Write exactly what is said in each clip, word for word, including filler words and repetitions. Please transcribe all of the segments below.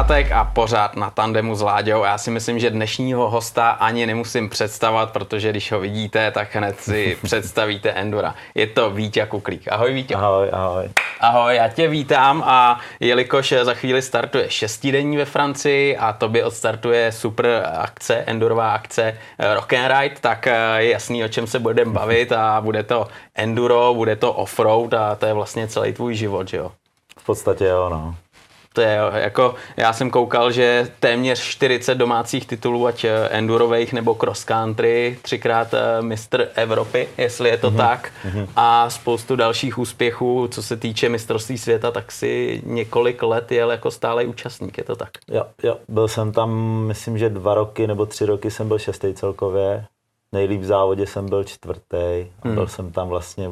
pátek a pořád na tandemu s Láďou. Já si myslím, že dnešního hosta ani nemusím představovat, protože když ho vidíte, tak hned si představíte Endura. Je to Víťa Kuklík. Ahoj Víťo. Ahoj, ahoj. Ahoj, já tě vítám a jelikož za chvíli startuje šestidenní ve Francii a tobě odstartuje super akce, endurová akce Rock and Ride, tak je jasný, o čem se budeme bavit a bude to enduro, bude to offroad a to je vlastně celý tvůj život, že jo? V podstatě jo, no. To je jako, já jsem koukal, že téměř čtyřicet domácích titulů, ať endurových nebo cross country, třikrát mistr Evropy, jestli je to mm-hmm. tak, mm-hmm. a spoustu dalších úspěchů, co se týče mistrovství světa, tak si několik let jel jako stálej účastník, je to tak? Jo, jo, byl jsem tam, myslím, že dva roky nebo tři roky jsem byl šestý celkově, nejlíp v závodě jsem byl čtvrtý a byl mm. jsem tam vlastně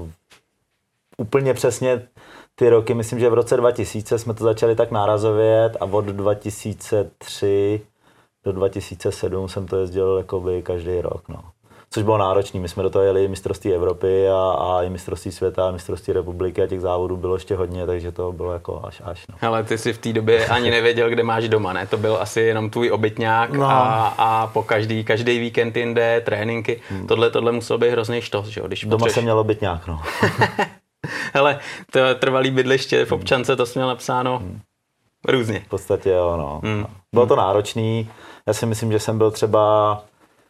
úplně přesně ty roky, myslím, že v roce dva tisíce jsme to začali tak nárazově jet a od dva tisíce tři do dva tisíce sedm jsem to jezdil jakoby každý rok, no. Což bylo náročný, my jsme do toho jeli mistrovství Evropy a, a i mistrovství světa, a mistrovství republiky a těch závodů bylo ještě hodně, takže to bylo jako až až, no. Hele, ty jsi v té době ani nevěděl, kde máš doma, ne? To byl asi jenom tvůj obytňák no. a, a po každý, každý víkend jinde, tréninky, hmm. tohle, tohle muselo být hrozný štos, že jo? Když doma potřeš... jsem měl obytňák, no. Hele, to trvalý bydliště v občance, to jsi měl napsáno hmm. různě. V podstatě jo, no. Hmm. Bylo to náročný, já si myslím, že jsem byl třeba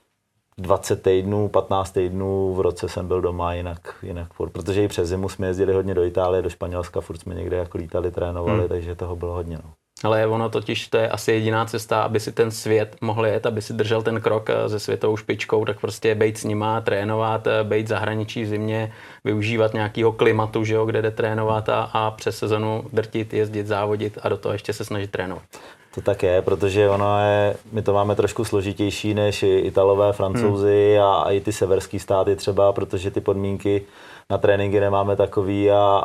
dvacet týdnů, patnáct týdnů v roce jsem byl doma, jinak, jinak furt, protože i přes zimu jsme jezdili hodně do Itálie, do Španělska, furt jsme někde jako lítali, trénovali, hmm. takže toho bylo hodně, no. Ale ono totiž to je asi jediná cesta, aby si ten svět mohl jet, aby si držel ten krok se světovou špičkou, tak prostě bejt s nima, trénovat, bejt v zahraničí v zimě, využívat nějakého klimatu, že jo, kde jde trénovat a, a přes sezonu drtit, jezdit, závodit a do toho ještě se snažit trénovat. To tak je, protože ono je, my to máme trošku složitější než Italové, Francouzi hmm. a, a i ty severský státy třeba, protože ty podmínky na tréninky nemáme takový a,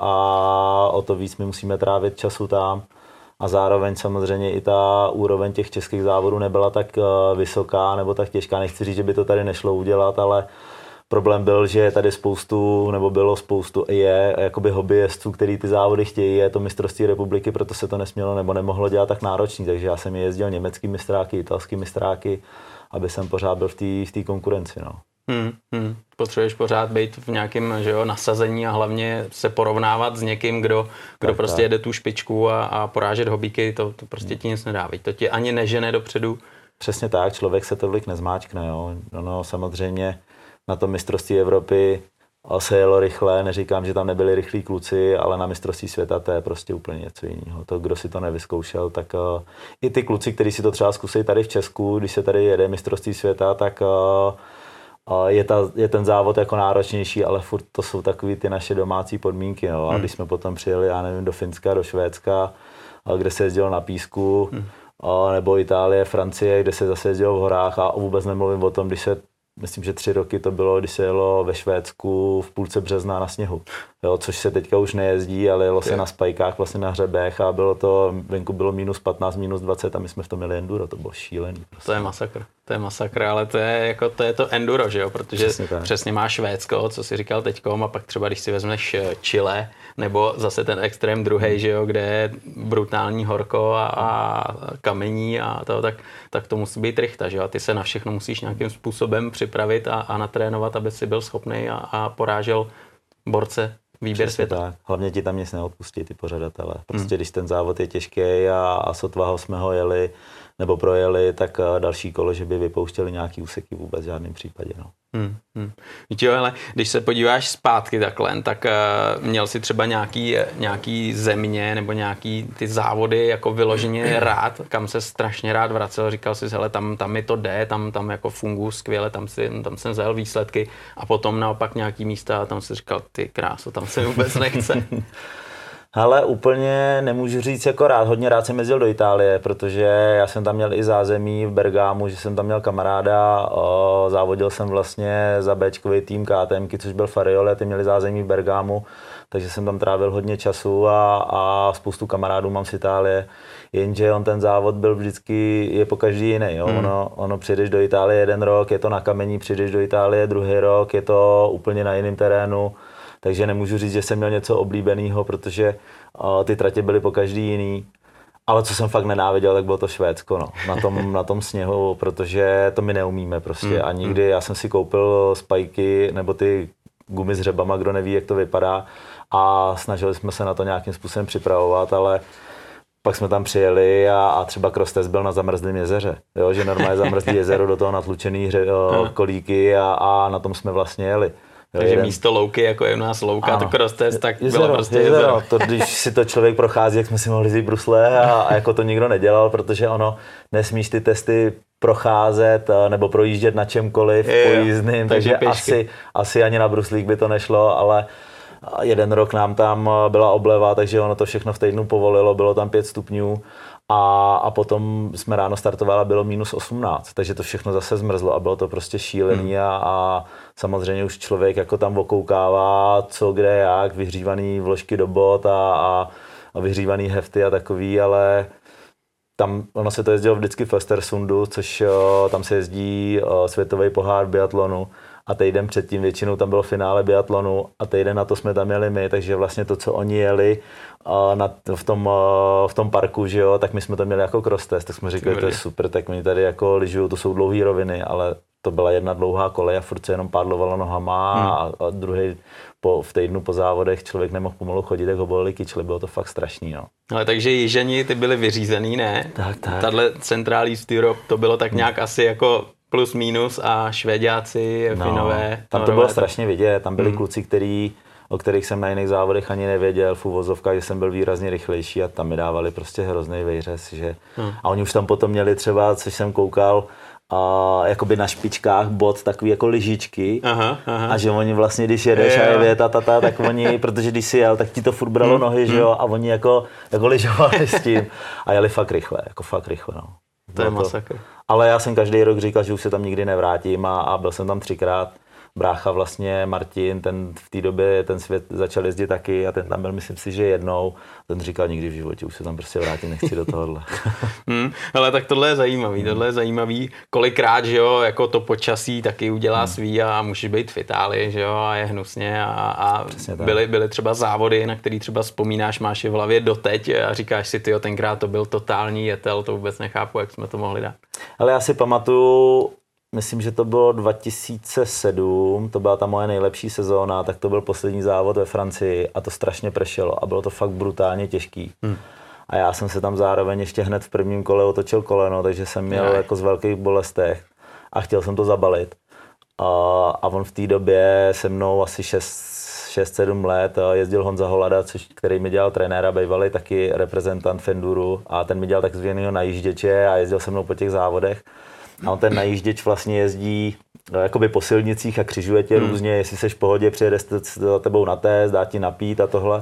a o to víc my musíme trávit času tam. A zároveň samozřejmě i ta úroveň těch českých závodů nebyla tak vysoká nebo tak těžká. Nechci říct, že by to tady nešlo udělat, ale problém byl, že je tady spoustu, nebo bylo spoustu, je jakoby hobbyjezdců, který ty závody chtějí, je to mistrovství republiky, proto se to nesmělo nebo nemohlo dělat tak náročný. Takže já jsem jezdil německý mistráky, italský mistráky, aby jsem pořád byl v té v té konkurenci. No. Hmm, hmm. Potřebuješ pořád být v nějakém, že jo, nasazení a hlavně se porovnávat s někým, kdo, kdo tak, prostě tak. jede tu špičku a, a porážet hobíky, to, to prostě ti nic nedá. To ti ani nežene dopředu. Přesně tak, člověk se tolik nezmáčkne. Jo. No, samozřejmě na to mistrovství Evropy se jelo rychle, neříkám, že tam nebyli rychlí kluci, ale na mistrovství světa to je prostě úplně něco jiného. To, kdo si to nevyzkoušel, tak uh, i ty kluci, kteří si to třeba zkusí tady v Česku, když se tady jede mistrovství světa, tak uh, Je, ta, je ten závod jako náročnější, ale furt to jsou takový ty naše domácí podmínky. No. A když jsme potom přijeli, já nevím, do Finska, do Švédska, kde se jezdilo na písku, hmm. nebo Itálie, Francie, kde se zase jezdilo v horách a vůbec nemluvím o tom, když se, myslím, že tři roky to bylo, když se jelo ve Švédsku v půlce března na sněhu. Jo, což se teďka už nejezdí, ale jelo se je. na spajkách, vlastně na hřebech a bylo to, venku bylo minus patnáct, minus dvacet a my jsme v tom měli enduro, to bylo šílený. Prostě. To je masakr, to je masakr, ale to je, jako, to, je to enduro, že jo, protože přesně, přesně máš Švédsko, co jsi říkal teďkom a pak třeba když si vezmeš Chile, nebo zase ten extrém druhej, že jo, kde je brutální horko a, a kamení a to, tak, tak to musí být rychta, že jo, a ty se na všechno musíš nějakým způsobem připravit a, a natrénovat, aby si byl schopný a, a porážel borce. Výběr světa. Tak. Hlavně ti tam nic neodpustí ty pořadatelé. Prostě hmm. když ten závod je těžký a, a sotva ho jsme ho jeli nebo projeli, tak další kolo, že by vypouštěli nějaký úseky vůbec v žádném případě. No. Hmm, hmm. Víte, ale když se podíváš zpátky takhle, tak uh, měl jsi třeba nějaký, nějaký země nebo nějaký ty závody jako vyloženě rád, kam se strašně rád vracel, říkal jsi, hele, tam, tam mi to jde, tam, tam jako funguji skvěle, tam, si, tam jsem zajel výsledky a potom naopak nějaký místa a tam si říkal, ty kráso, tam se vůbec nechce. Ale úplně nemůžu říct jako rád, hodně rád jsem jezdil do Itálie, protože já jsem tam měl i zázemí v Bergámu, že jsem tam měl kamaráda, o, závodil jsem vlastně za béčkový tým KTMky, což byl Fariole, ty měli zázemí v Bergámu, takže jsem tam trávil hodně času a, a spoustu kamarádů mám z Itálie, jenže on ten závod byl vždycky, je po každý jiný, jo? Hmm. Ono, ono přijdeš do Itálie jeden rok, je to na kamení, přijdeš do Itálie druhý rok, je to úplně na jiném terénu. Takže nemůžu říct, že jsem měl něco oblíbeného, protože uh, ty tratě byly po každý jiný. Ale co jsem fakt nenáviděl, tak bylo to Švédsko, no. Na tom, na tom sněhu, protože to my neumíme prostě. Mm, a nikdy, mm. já jsem si koupil spajky nebo ty gumy s hřebama, kdo neví, jak to vypadá. A snažili jsme se na to nějakým způsobem připravovat, ale pak jsme tam přijeli a, a třeba cross test byl na zamrzlém jezeře. Jo? Že normálně zamrzlý jezero, do toho natlučený hře, o, kolíky a, a na tom jsme vlastně jeli. Jo, takže jeden... místo louky, jako je u nás louka, ano. To cross test, tak jezero, bylo prostě jezero. jezero. To, když si to člověk prochází, jak jsme si mohli vzít brusle a, a jako to nikdo nedělal, protože ono, nesmíš ty testy procházet nebo projíždět na čemkoliv pojízdným, takže, takže asi, asi ani na bruslík by to nešlo, ale jeden rok nám tam byla obleva, takže ono to všechno v týdnu povolilo, bylo tam pět stupňů a, a potom jsme ráno startovali a bylo minus osmnáct, takže to všechno zase zmrzlo a bylo to prostě šílený hmm. a, a samozřejmě už člověk jako tam okoukává, co kde jak, vyhřívaný vložky do bot a, a, a vyhřívaný hefty a takový, ale tam ono se to jezdilo vždycky v Östersundu, což o, tam se jezdí o, světový pohár biatlonu. A týden předtím většinou tam bylo finále biatlonu a týden na to jsme tam jeli my, takže vlastně to, co oni jeli uh, na, v, tom, uh, v tom parku, že jo, tak my jsme to měli jako cross test, tak jsme říkali, to je super, tak oni tady jako lyžujou, to jsou dlouhé roviny, ale to byla jedna dlouhá kolej a furt se jenom pádlovalo nohama hmm. a, a druhý po, v týdnu po závodech člověk nemohl pomalu chodit, tak ho bolely kyčly, bylo to fakt strašný, no. Ale takže jižani, ty byly vyřízený, ne? Tak, tak. Tahle Central East Europe, to bylo tak nějak hmm. asi jako plus minus a Švéďáci, no, Finové. Tam to bylo strašně vidět, tam byli hmm. kluci, který, o kterých jsem na jiných závodech ani nevěděl, v uvozovkách, že jsem byl výrazně rychlejší a tam mi dávali prostě hrozný vejřez, že hmm. a oni už tam potom měli třeba, což jsem koukal, a jakoby na špičkách bot takový jako lyžičky aha, aha. a že oni vlastně, když jedeš je, a je věta, tata, tak oni, protože když si jel, tak ti to furt bralo hmm. nohy, že jo, a oni jako, jako lyžovali s tím a jeli fakt rychle, jako fakt rychle, no. To je masakr. Ale já jsem každý rok říkal, že už se tam nikdy nevrátím a, a byl jsem tam třikrát. Brácha vlastně Martin, ten v té době ten svět začal jezdit taky a ten tam byl, myslím si, že jednou. Ten říkal, nikdy v životě už se tam prostě vrátit nechci do tohohle. hmm, ale tak tohle je zajímavý, hmm. tohle je zajímavý. Kolikrát, že jo, jako to počasí taky udělá hmm. svý a můžeš být v Itálii, že jo, a je hnusně a, a byly, byly třeba závody, na který třeba vzpomínáš, máš je v hlavě doteď a říkáš si, tyjo, tenkrát to byl totální jetel, to vůbec nechápu, jak jsme to mohli dát. Ale já si pamatuju, myslím, že to bylo dva tisíce sedm, to byla ta moje nejlepší sezóna, tak to byl poslední závod ve Francii a to strašně pršelo a bylo to fakt brutálně těžký. Hmm. A já jsem se tam zároveň ještě hned v prvním kole otočil koleno, takže jsem měl Aj. jako z velkých bolestech a chtěl jsem to zabalit. A, a on v té době se mnou asi šest sedm let jezdil Honza Holada, což, který mi dělal trenéra, bývalý taky reprezentant Fenduru a ten mi dělal takzvanýho najížděče a jezdil se mnou po těch závodech. A on ten najížděč vlastně jezdí no, jakoby po silnicích a křižuje tě hmm. různě, jestli seš v pohodě, přijede za tebou na test, dá ti napít a tohle.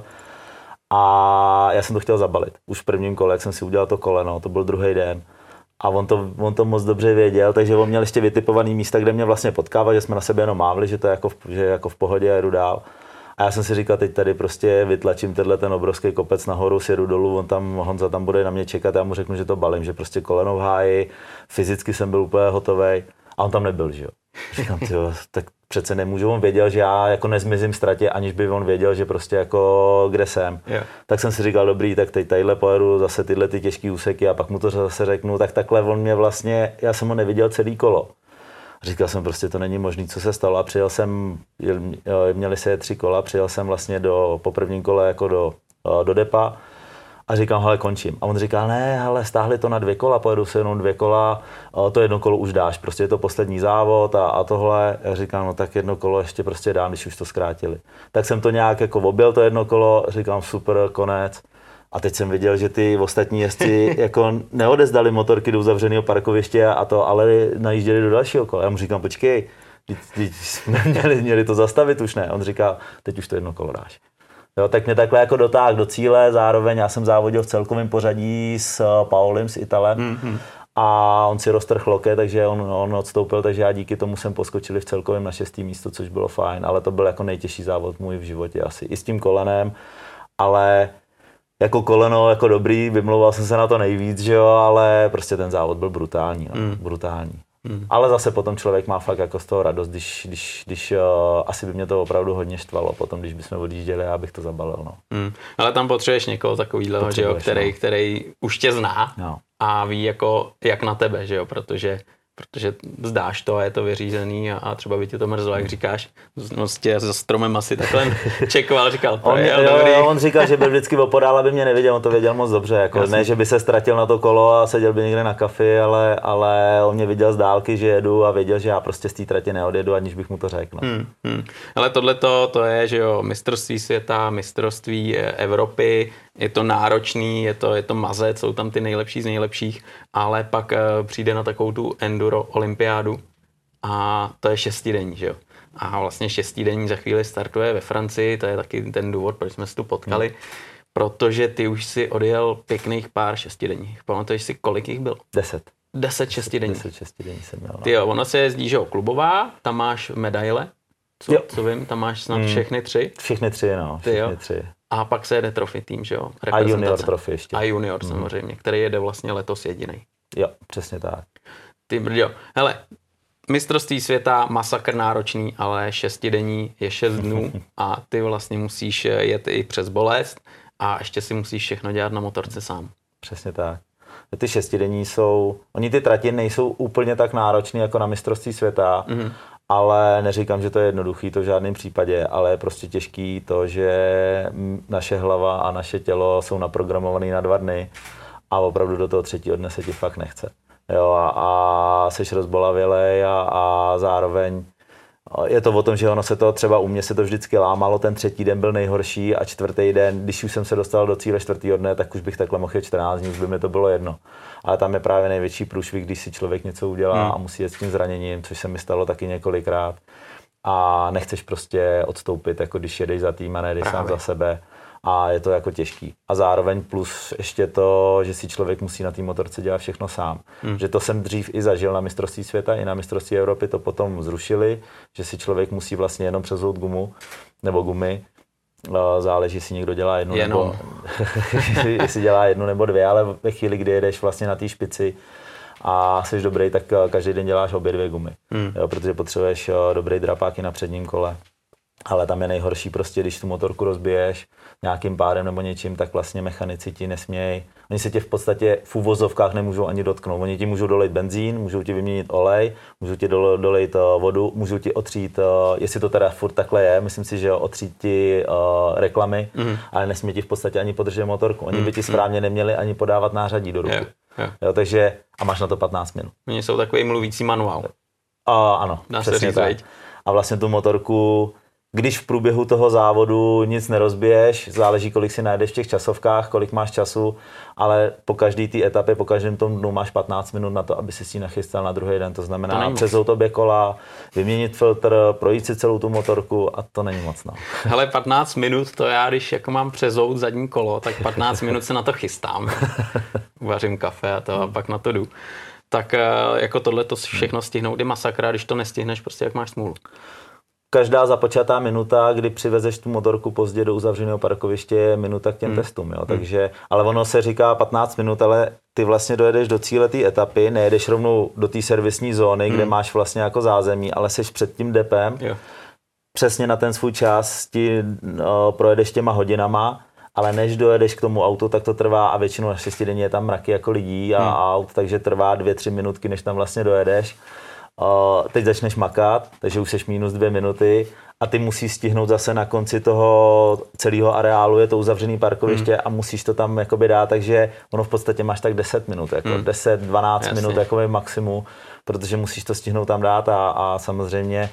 A já jsem to chtěl zabalit. Už v prvním kole, jak jsem si udělal to koleno, to byl druhý den. A on to, on to moc dobře věděl, takže on měl ještě vytipovaný místa, kde mě vlastně potkával, že jsme na sebe jenom mávli, že to je jako v, že jako v pohodě a jdu dál. A já jsem si říkal, teď tady prostě vytlačím tenhle ten obrovský kopec nahoru, sjedu dolů, on tam, Honza tam bude na mě čekat, já mu řeknu, že to balím, že prostě koleno v háji, fyzicky jsem byl úplně hotovej a on tam nebyl, že jo. Říkám, tyjo, tak přece nemůžu, on věděl, že já jako nezmizím ztratě, aniž by on věděl, že prostě jako kde jsem. Yeah. Tak jsem si říkal, dobrý, tak teď tadyhle pojedu zase tyhle ty těžký úseky a pak mu to zase řeknu, tak takhle on mě vlastně, já jsem ho neviděl celý kolo. Říkal jsem prostě, to není možný, co se stalo a přijel jsem, měli se tři kola, přijel jsem vlastně do, po prvním kole jako do, do depa a říkám, hele, končím. A on říká, ne, hele, stáhli to na dvě kola, pojedu se jenom dvě kola, to jedno kolo už dáš, prostě je to poslední závod a, a tohle. Já říkám, no tak jedno kolo ještě prostě dám, když už to zkrátili. Tak jsem to nějak jako objel to jedno kolo, říkám, super, konec. A teď jsem viděl, že ty ostatní jezdci jako neodezdali motorky do uzavřeného parkoviště a to, ale najížděli do dalšího kola. Já mu říkám, počkej, teď, teď jsme měli, měli to zastavit už ne. On říká, teď už to jedno kolo dáš. Jo, tak mě takhle jako dotáhl do cíle, zároveň já jsem závodil v celkovém pořadí s Paulem, s Italem mm-hmm. a on si roztrhl loket, takže on, on odstoupil, takže já díky tomu jsem poskočili v celkovém na šestý místo, což bylo fajn, ale to byl jako nejtěžší závod můj v životě asi, i s tím kolenem, ale jako koleno, jako dobrý, vymlouval jsem se na to nejvíc, že jo, ale prostě ten závod byl brutální, no, mm. brutální. Hmm. Ale zase potom člověk má fakt jako z toho radost, když, když, když uh, asi by mě to opravdu hodně štvalo potom, když bychom odjížděli, já bych to zabalil. No. Hmm. Ale tam potřebuješ někoho takovýhleho, že jo, který, no. který už tě zná no. a ví jako jak na tebe, že jo, protože protože zdáš to a je to vyřízený a, a třeba by ti to mrzlo, jak říkáš, no tě za stromem asi takhle čekoval, říkal, on, jo, jo, on říkal, že byl vždycky opodál, aby mě neviděl, on to věděl moc dobře, jako ne, že by se ztratil na to kolo a seděl by někde na kafi, ale, ale on mě viděl z dálky, že jedu a věděl, že já prostě z té trati neodjedu, aniž bych mu to řekl. No. Hmm, hmm. Ale tohleto, to je, že jo, mistrovství světa, mistrovství Evropy, je to náročný, je to, je to mazec, jsou tam ty nejlepší z nejlepších, ale pak uh, přijde na takovou tu enduro olympiádu a to je šestidenní, že jo. A vlastně šestidenní za chvíli startuje ve Francii, to je taky ten důvod, proč jsme se tu potkali, hmm. protože ty už si odjel pěkných pár šestidenních. Pamatuješ si, kolik jich bylo? Deset. Deset šestidenní. Deset šestidenní jsem měl. Ty jo, ono se jezdí, že jo, klubová, tam máš medaile, co, co vím, tam máš snad všechny tři. Všechny tři, no, všechny tři. A pak se jede trophy tým, že jo? A junior trophy ještě. A junior hmm. samozřejmě, který jede vlastně letos jedinej. Jo, přesně tak. Ty brďo. Hele, mistrovství světa, masakr náročný, ale šestidenní je šest dnů a ty vlastně musíš jet i přes bolest a ještě si musíš všechno dělat na motorce sám. Přesně tak. Ty šestidenní jsou, oni ty trati nejsou úplně tak náročný jako na mistrovství světa, mm-hmm. ale neříkám, že to je jednoduchý, to v žádném případě, ale je prostě těžký to, že naše hlava a naše tělo jsou naprogramované na dva dny a opravdu do toho třetího dne se ti fakt nechce. Jo, a, a seš rozbolavělej a, a zároveň je to o tom, že ono se to třeba u mě se to vždycky lámalo, ten třetí den byl nejhorší a čtvrtý den, když už jsem se dostal do cíle čtvrtýho dne, tak už bych takhle mohl jet čtrnáct dní, už by mi to bylo jedno. Ale tam je právě největší průšvih, když si člověk něco udělá hmm. a musí jet s tím zraněním, což se mi stalo taky několikrát. A nechceš prostě odstoupit, jako když jedeš za tým a nejdeš sám za sebe. A je to jako těžký. A zároveň plus ještě to, že si člověk musí na té motorce dělat všechno sám. Hmm. Že to jsem dřív i zažil na mistrovství světa, i na mistrovství Evropy to potom zrušili, že si člověk musí vlastně jenom přezout gumu nebo gumy. Záleží, jestli někdo dělá jednu jenom. nebo jestli dělá jednu nebo dvě, ale ve chvíli, kdy jedeš vlastně na té špici a jsi dobrý, tak každý den děláš obě dvě gumy. Hmm. Jo, protože potřebuješ dobrý drapák i na předním kole. Ale tam je nejhorší prostě, když tu motorku rozbiješ nějakým pádem nebo něčím, tak vlastně mechanici ti nesmějí. Oni se tě v podstatě v uvozovkách nemůžou ani dotknout. Oni ti můžou dolejt benzín, můžou ti vyměnit olej, můžou ti dolejt vodu, můžou ti otřít, jestli to teda furt takhle je, myslím si, že otřít ti uh, reklamy, mm. ale nesmí ti v podstatě ani podržet motorku. Oni by ti správně neměli ani podávat nářadí do ruky. Yeah, yeah. Jo, takže, a máš na to patnáct minut. Oni jsou takový mluvící manuál. Uh, ano, dá přesně se říct, tak. A vlastně tu motorku, když v průběhu toho závodu nic nerozbiješ, záleží, kolik si najdeš v těch časovkách, kolik máš času, ale po každé té etapě, po každém tom dnu máš patnáct minut na to, aby si si nachystal na druhý den. To znamená to přezout obě kola, vyměnit filtr, projít si celou tu motorku a to není moc. No. Hele, patnáct minut, to já, když jako mám přezout zadní kolo, tak patnáct minut se na to chystám. Uvařím kafe a to a pak na to jdu. Tak jako tohle to všechno stihnout je masakra, když to nestihneš, prostě jak máš smůlu. Každá započatá minuta, kdy přivezeš tu motorku pozdě do uzavřeného parkoviště, je minuta k těm hmm. testům. Jo? Takže, ale ono se říká patnáct minut, ale ty vlastně dojedeš do cíle té etapy, nejedeš rovnou do té servisní zóny, hmm. kde máš vlastně jako zázemí, ale seš před tím depem, jo. Přesně na ten svůj čas ti no, projedeš těma hodinama, ale než dojedeš k tomu autu, tak to trvá a většinou na šestidenní je tam mraky jako lidí a hmm. aut, takže trvá dvě, tři minutky, než tam vlastně dojedeš. Uh, teď začneš makat, takže už seš minus dvě minuty a ty musíš stihnout zase na konci toho celého areálu, je to uzavřený parkoviště hmm. a musíš to tam jakoby dát, takže ono v podstatě máš tak deset minut, jako hmm. deset dvanáct minut jakoby maximum, protože musíš to stihnout tam dát a, a samozřejmě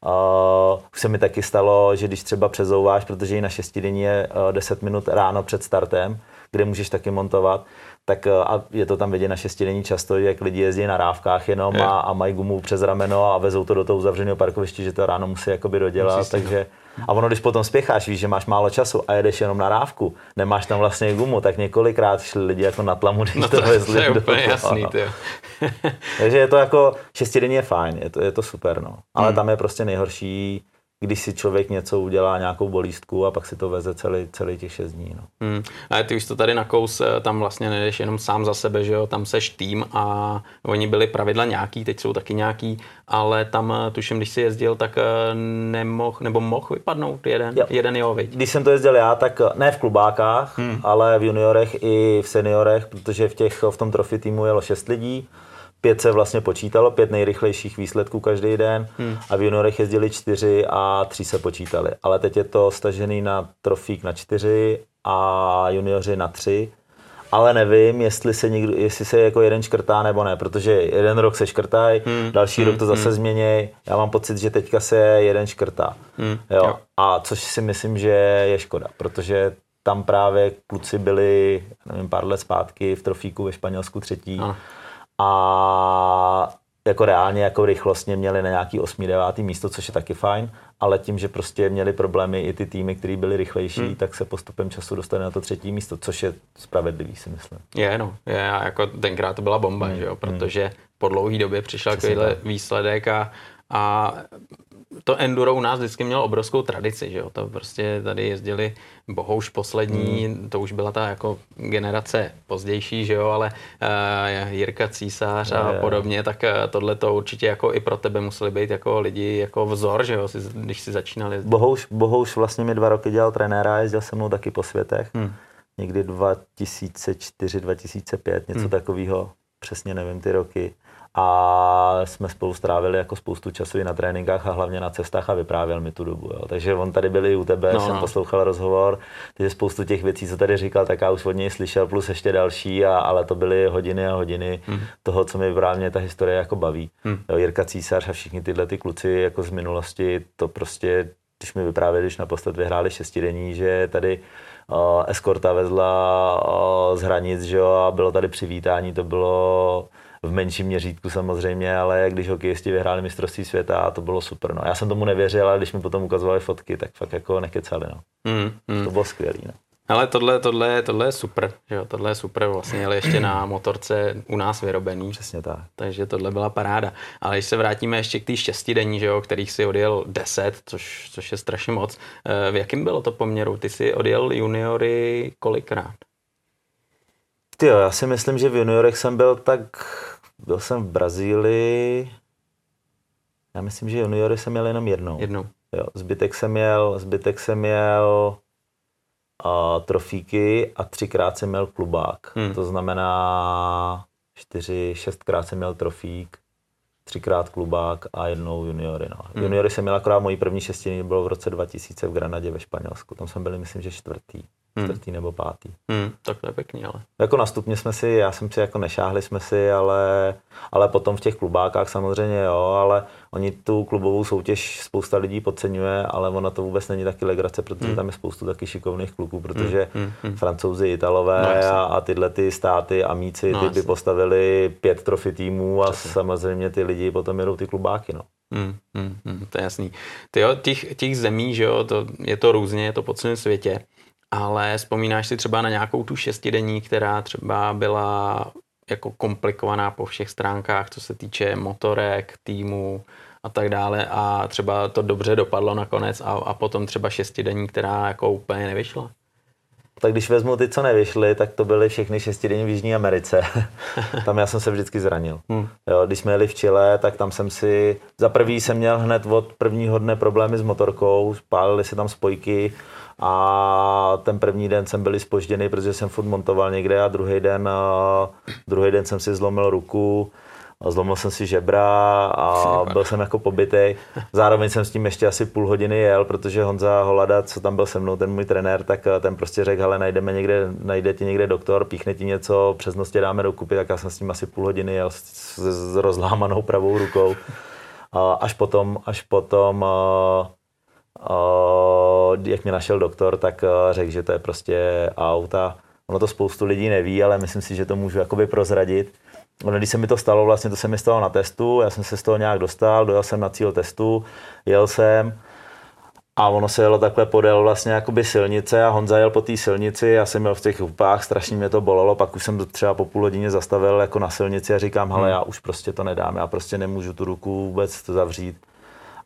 uh, už se mi taky stalo, že když třeba přezouváš, protože i na šestidenní je uh, deset minut ráno před startem, kde můžeš taky montovat, tak a je to tam vidět na šestidenní často, jak lidi jezdí na rávkách jenom a, a mají gumu přes rameno a vezou to do toho uzavřeného parkoviště, že to ráno musí jakoby dodělat, musí takže a ono, když potom spěcháš, víš, že máš málo času a jedeš jenom na rávku, nemáš tam vlastně gumu, tak několikrát šli lidi jako na tlamu, když no to, to vezli. To je úplně jasný, ty. Takže je to jako, šestidenní je fajn, je to, je to super, no. Ale hmm. tam je prostě nejhorší když si člověk něco udělá, nějakou bolístku a pak si to veze celý, celý těch šest dní. No. Hmm. Ale ty už to tady nakous, tam vlastně nejdeš jenom sám za sebe, že jo, tam seš tým a oni byli pravidla nějaký, teď jsou taky nějaký, ale tam tuším, když jsi jezdil, tak nemohl, nebo mohl vypadnout jeden, jo. jeden jo, viď? Když jsem to jezdil já, tak ne v klubákách, hmm. ale v juniorech i v seniorech, protože v, těch, v tom trophy týmu jelo šest lidí, pět se vlastně počítalo, pět nejrychlejších výsledků každý den hmm. a v juniorech jezdili čtyři a tři se počítali. Ale teď je to stažený na trofík na čtyři a junioři na tři. Ale nevím, jestli se, někdo, jestli se jako jeden škrtá nebo ne, protože jeden rok se škrtají, hmm. další hmm. rok to zase hmm. změní. Já mám pocit, že teďka se jeden škrtá. Hmm. Jo? Jo. A což si myslím, že je škoda, protože tam právě kluci byli, nevím, pár let zpátky v trofíku ve Španělsku třetí. Ah. A jako reálně jako rychlostně měli na nějaký osmý, devátý místo, což je taky fajn, ale tím, že prostě měli problémy i ty týmy, které byly rychlejší, hmm. tak se postupem času dostali na to třetí místo, což je spravedlivý, si myslím. Je, no, je, jako tenkrát to byla bomba, hmm. že jo, protože hmm. po dlouhý době přišel takovýhle výsledek a, a to enduro u nás vždycky mělo obrovskou tradici, že jo, to prostě tady jezdili Bohouš poslední, hmm. to už byla ta jako generace pozdější, že jo, ale uh, Jirka Císař a je, podobně, tak uh, tohle to určitě jako i pro tebe museli být jako lidi jako vzor, že jo, když si začínal jezdit. Bohouš, Bohouš vlastně mi dva roky dělal trenéra, jezdil se mnou taky po světech, hmm. někdy dva tisíce čtyři, dva tisíce pět, něco hmm. takového, přesně nevím ty roky. A jsme spolu strávili jako spoustu času i na tréninkách a hlavně na cestách a vyprávěl mi tu dobu. Jo. Takže on tady byl i u tebe, no, jsem no. poslouchal rozhovor, takže spoustu těch věcí, co tady říkal, tak já už od něj slyšel, plus ještě další, a, ale to byly hodiny a hodiny hmm. toho, co mi právě ta historie jako baví. Hmm. Jo, Jirka Císař a všichni tyhle ty kluci jako z minulosti, to prostě, když mi vyprávěli, když naposled vyhráli šestidenní, že tady uh, eskorta vezla uh, z hranic, že jo, a bylo tady přivítání, to bylo v menším měřítku samozřejmě, ale když hokejisti vyhráli mistrovství světa, to bylo super. No. Já jsem tomu nevěřil, ale když mi potom ukazovali fotky, tak fakt jako nekecali. No. Mm, mm. To bylo skvělý. No. Ale tohle, tohle, tohle je super, že jo? Tohle je super, vlastně ale ještě na motorce u nás vyrobený. Přesně tak. Takže tohle byla paráda. Ale když se vrátíme ještě k té šestidenní, že jo, kterých si odjel deset, což, což je strašně moc. V jakém bylo to poměru? Ty si odjel juniory kolikrát? Tyjo, já si myslím, že v juniorech jsem byl tak, byl jsem v Brazílii, já myslím, že juniory jsem měl jenom jednou. Jednou. Jo, zbytek jsem měl, zbytek jsem měl uh, trofíky a třikrát jsem měl klubák. Hmm. To znamená čtyři, šestkrát jsem měl trofík, třikrát klubák a jednou juniory. No. Hmm. Juniory jsem měl akorát mojí první šestidenní, bylo v roce dva tisíce v Granadě ve Španělsku. Tam jsme byli, myslím, že čtvrtý. čtvrtý hmm. nebo pátý. Hmm, tak to je pěkný, ale. Jako na stupně jsme si, já jsem si jako nešáhli jsme si, ale, ale potom v těch klubákách samozřejmě jo, ale oni tu klubovou soutěž spousta lidí podceňuje, ale ona to vůbec není taky legrace, protože hmm. tam je spoustu taky šikovných kluků, protože hmm. Hmm. Francouzi, Italové no, a, a tyhle ty státy, Amíci, no, ty by postavili pět trofy týmů a Přesně. samozřejmě ty lidi potom jedou ty klubáky, no. Hmm, hmm, hmm, to je jasný. Tyjo, těch, těch zemí, že jo, to, je to různě, je to po celém světě. Ale vzpomínáš si třeba na nějakou tu šestidenní, která třeba byla jako komplikovaná po všech stránkách, co se týče motorek, týmu a tak dále a třeba to dobře dopadlo nakonec a, a potom třeba šestidenní, která jako úplně nevyšla? Tak když vezmu ty, co nevyšly, tak to byly všechny šestidenní v Jižní Americe. Tam já jsem se vždycky zranil. Hmm. Jo, když jsme jeli v Chile, tak tam jsem si, za prvý jsem měl hned od prvního dne problémy s motorkou, pálily se tam spojky a ten první den jsem byl zpožděný, protože jsem furt montoval někde a druhý den, druhý den jsem si zlomil ruku. Zlomil jsem si žebra a byl jsem jako pobytej. Zároveň jsem s tím ještě asi půl hodiny jel, protože Honza Holada, co tam byl se mnou, ten můj trenér, tak ten prostě řekl, hele, najdeme někde, najde ti někde doktor, píchne ti něco, přes noc tě dáme dokupy, tak já jsem s tím asi půl hodiny jel s, s rozlámanou pravou rukou. Až potom, až potom, jak mě našel doktor, tak řekl, že to je prostě auta. Ono to spoustu lidí neví, ale myslím si, že to můžu jakoby prozradit. No, když se mi to stalo, vlastně to se mi stalo na testu, já jsem se z toho nějak dostal, dojel jsem na cíl testu, jel jsem a ono se jelo takhle podél vlastně jakoby silnice a Honza jel po té silnici, já jsem jel v těch hupách, strašně mě to bolelo, pak už jsem to třeba po půl hodině zastavil jako na silnici a říkám, hele, já už prostě to nedám, já prostě nemůžu tu ruku vůbec zavřít.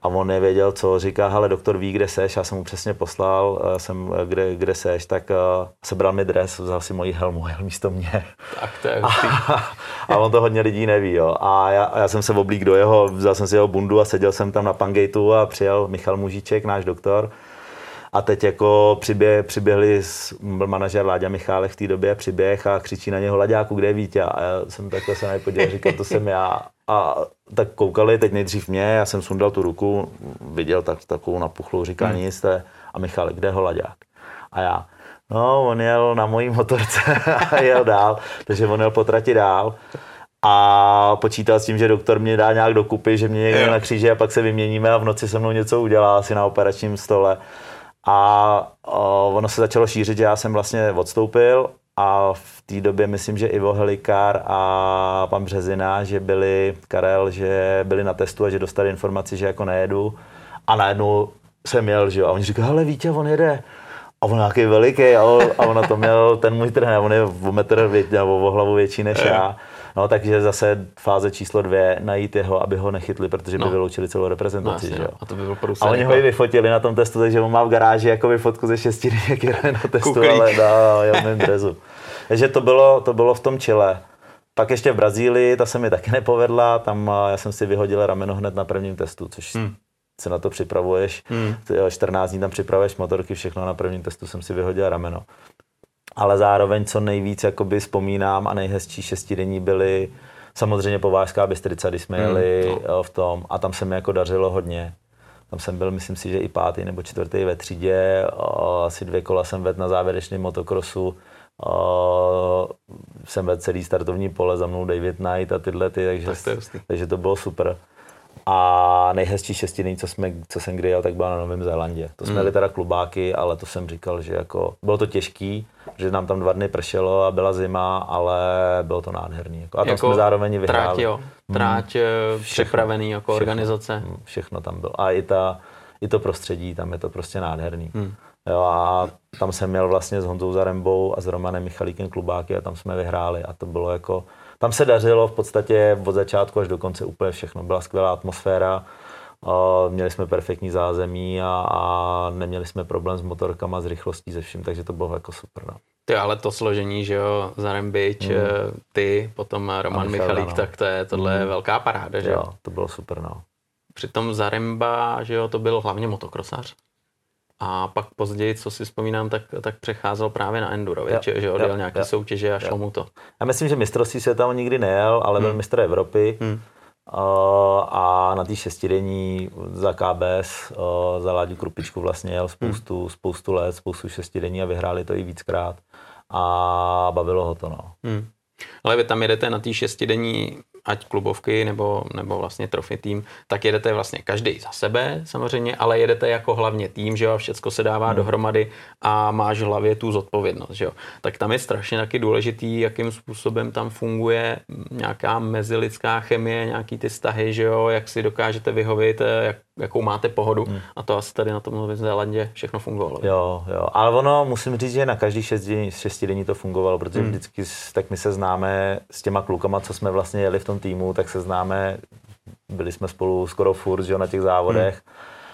a on nevěděl co, říká, hele, doktor ví, kde seš, já jsem mu přesně poslal, jsem, kde, kde seš, tak uh, sebral mi dres, vzal si moji helmu, jel místo mě. Tak to je a, a on to hodně lidí neví, jo. A já, a já jsem se oblík do jeho, vzal jsem si jeho bundu a seděl jsem tam na Pangateu a přijel Michal Mužíček, náš doktor. A teď jako přiběh, přiběhli, byl manažer Láďa Michálek v té době, přiběh a křičí na něho, Laďáku, kde je Vítě? A já jsem takhle se nepodíval, říkal, to jsem já. A tak koukali, teď nejdřív mě, já jsem sundal tu ruku, viděl tak, takovou napuchlou, říká, hmm. nic, jste. A Michálek, kde je ho Laďák? A já, no, on jel na mojí motorce a jel dál, takže on jel po trati dál. A počítal s tím, že doktor mě dá nějak dokupy, že mě někde na kříži a pak se vyměníme a v noci se mnou něco udělá asi na operačním stole. A o, ono se začalo šířit, že já jsem vlastně odstoupil a v té době myslím, že Ivo Helikár a pan Březina, že byli, Karel, že byli na testu a že dostali informaci, že jako nejedu. A najednou jsem jel, že jo. A oni říkali, hele Vítě, on jede. A on nějaký veliký a on, a on na to měl ten můj trenér, on je o metr větší, nebo o hlavu větší než já. No, takže zase fáze číslo dvě, najít jeho, aby ho nechytli, protože by no. vyloučili celou reprezentaci, no, že jo. A to by bylo a oni ho i vyfotili na tom testu, takže on má v garáži jakoby fotku ze šesti dní, jak jde na testu, Kuklík. Ale na jemném drezu. Takže to bylo, to bylo v tom Chile. Pak ještě v Brazílii, ta se mi taky nepovedla, tam já jsem si vyhodil rameno hned na prvním testu, což hmm. se na to připravuješ, hmm. čtrnáct dní tam připravuješ motorky, všechno, na prvním testu jsem si vyhodil rameno. Ale zároveň co nejvíc jakoby vzpomínám a nejhezčí šestidenní byly samozřejmě Povážská Bystrica, když jsme jeli mm, no. v tom a tam se mi jako dařilo hodně. Tam jsem byl, myslím si, že i pátý nebo čtvrtý ve třídě, asi dvě kola jsem vedl na závěrečném motokrosu, jsem vedl celý startovní pole, za mnou David Knight a tyhle ty, takže, tak takže to bylo super. A nejhezčí šestidenní, co, jsme, co jsem kdy jel, tak byla na Novém Zélandě. To jsme mm. jeli teda klubáky, ale to jsem říkal, že jako bylo to těžký, že nám tam dva dny pršelo a byla zima, ale bylo to nádherný. Jako, a tam jako jsme zároveň vyhráli. Tráť, jo. Tráť mm. připravený jako všechno, organizace. Všechno, všechno tam bylo. A i, ta, i to prostředí, tam je to prostě nádherný. Mm. Jo, a tam jsem měl vlastně s Honzou Zarembou a s Romanem Michalíkem klubáky a tam jsme vyhráli a to bylo jako... Tam se dařilo v podstatě od začátku až do konce úplně všechno. Byla skvělá atmosféra, měli jsme perfektní zázemí a, a neměli jsme problém s motorkama, s rychlostí, se vším, takže to bylo jako super. No. Ty, ale to složení, že jo, Zarembič, mm. ty, potom Roman Michalík, Michalík, no. tak to je, tohle mm. je velká paráda, že jo? Jo, to bylo super, no. Přitom Zaremba, že jo, to byl hlavně motokrosař. A pak později, co si vzpomínám, tak, tak přecházel právě na enduro, jo, že odjel jo, nějaké jo, soutěže a šlo jo. mu to. Já myslím, že mistrovství světa on nikdy nejel, ale byl hmm. mistr Evropy hmm. a na té šestidenní za K B S, za Láďu Krupičku vlastně jel spoustu, hmm. spoustu let, spoustu šestidenní a vyhráli to i víckrát a bavilo ho to, no. Hmm. Ale vy tam jedete na té šestidenní, ať klubovky nebo, nebo vlastně trophy tým, tak jedete vlastně každý za sebe samozřejmě, ale jedete jako hlavně tým, že jo, všecko se dává hmm. dohromady a máš v hlavě tu zodpovědnost, že jo. Tak tam je strašně taky důležitý, jakým způsobem tam funguje nějaká mezilidská chemie, nějaký ty vztahy, že jo, jak si dokážete vyhovět, jak, jakou máte pohodu hmm. a to asi tady na tom Novém Zélandě všechno fungovalo. Jo, jo, ale ono, musím říct, že na každý šestidenní, šestidenní to fungovalo, protože hmm. vždycky, tak my se známe s těma klukama, co jsme vlastně jeli v tom týmu, tak se známe, byli jsme spolu skoro furt, že jo, na těch závodech hmm.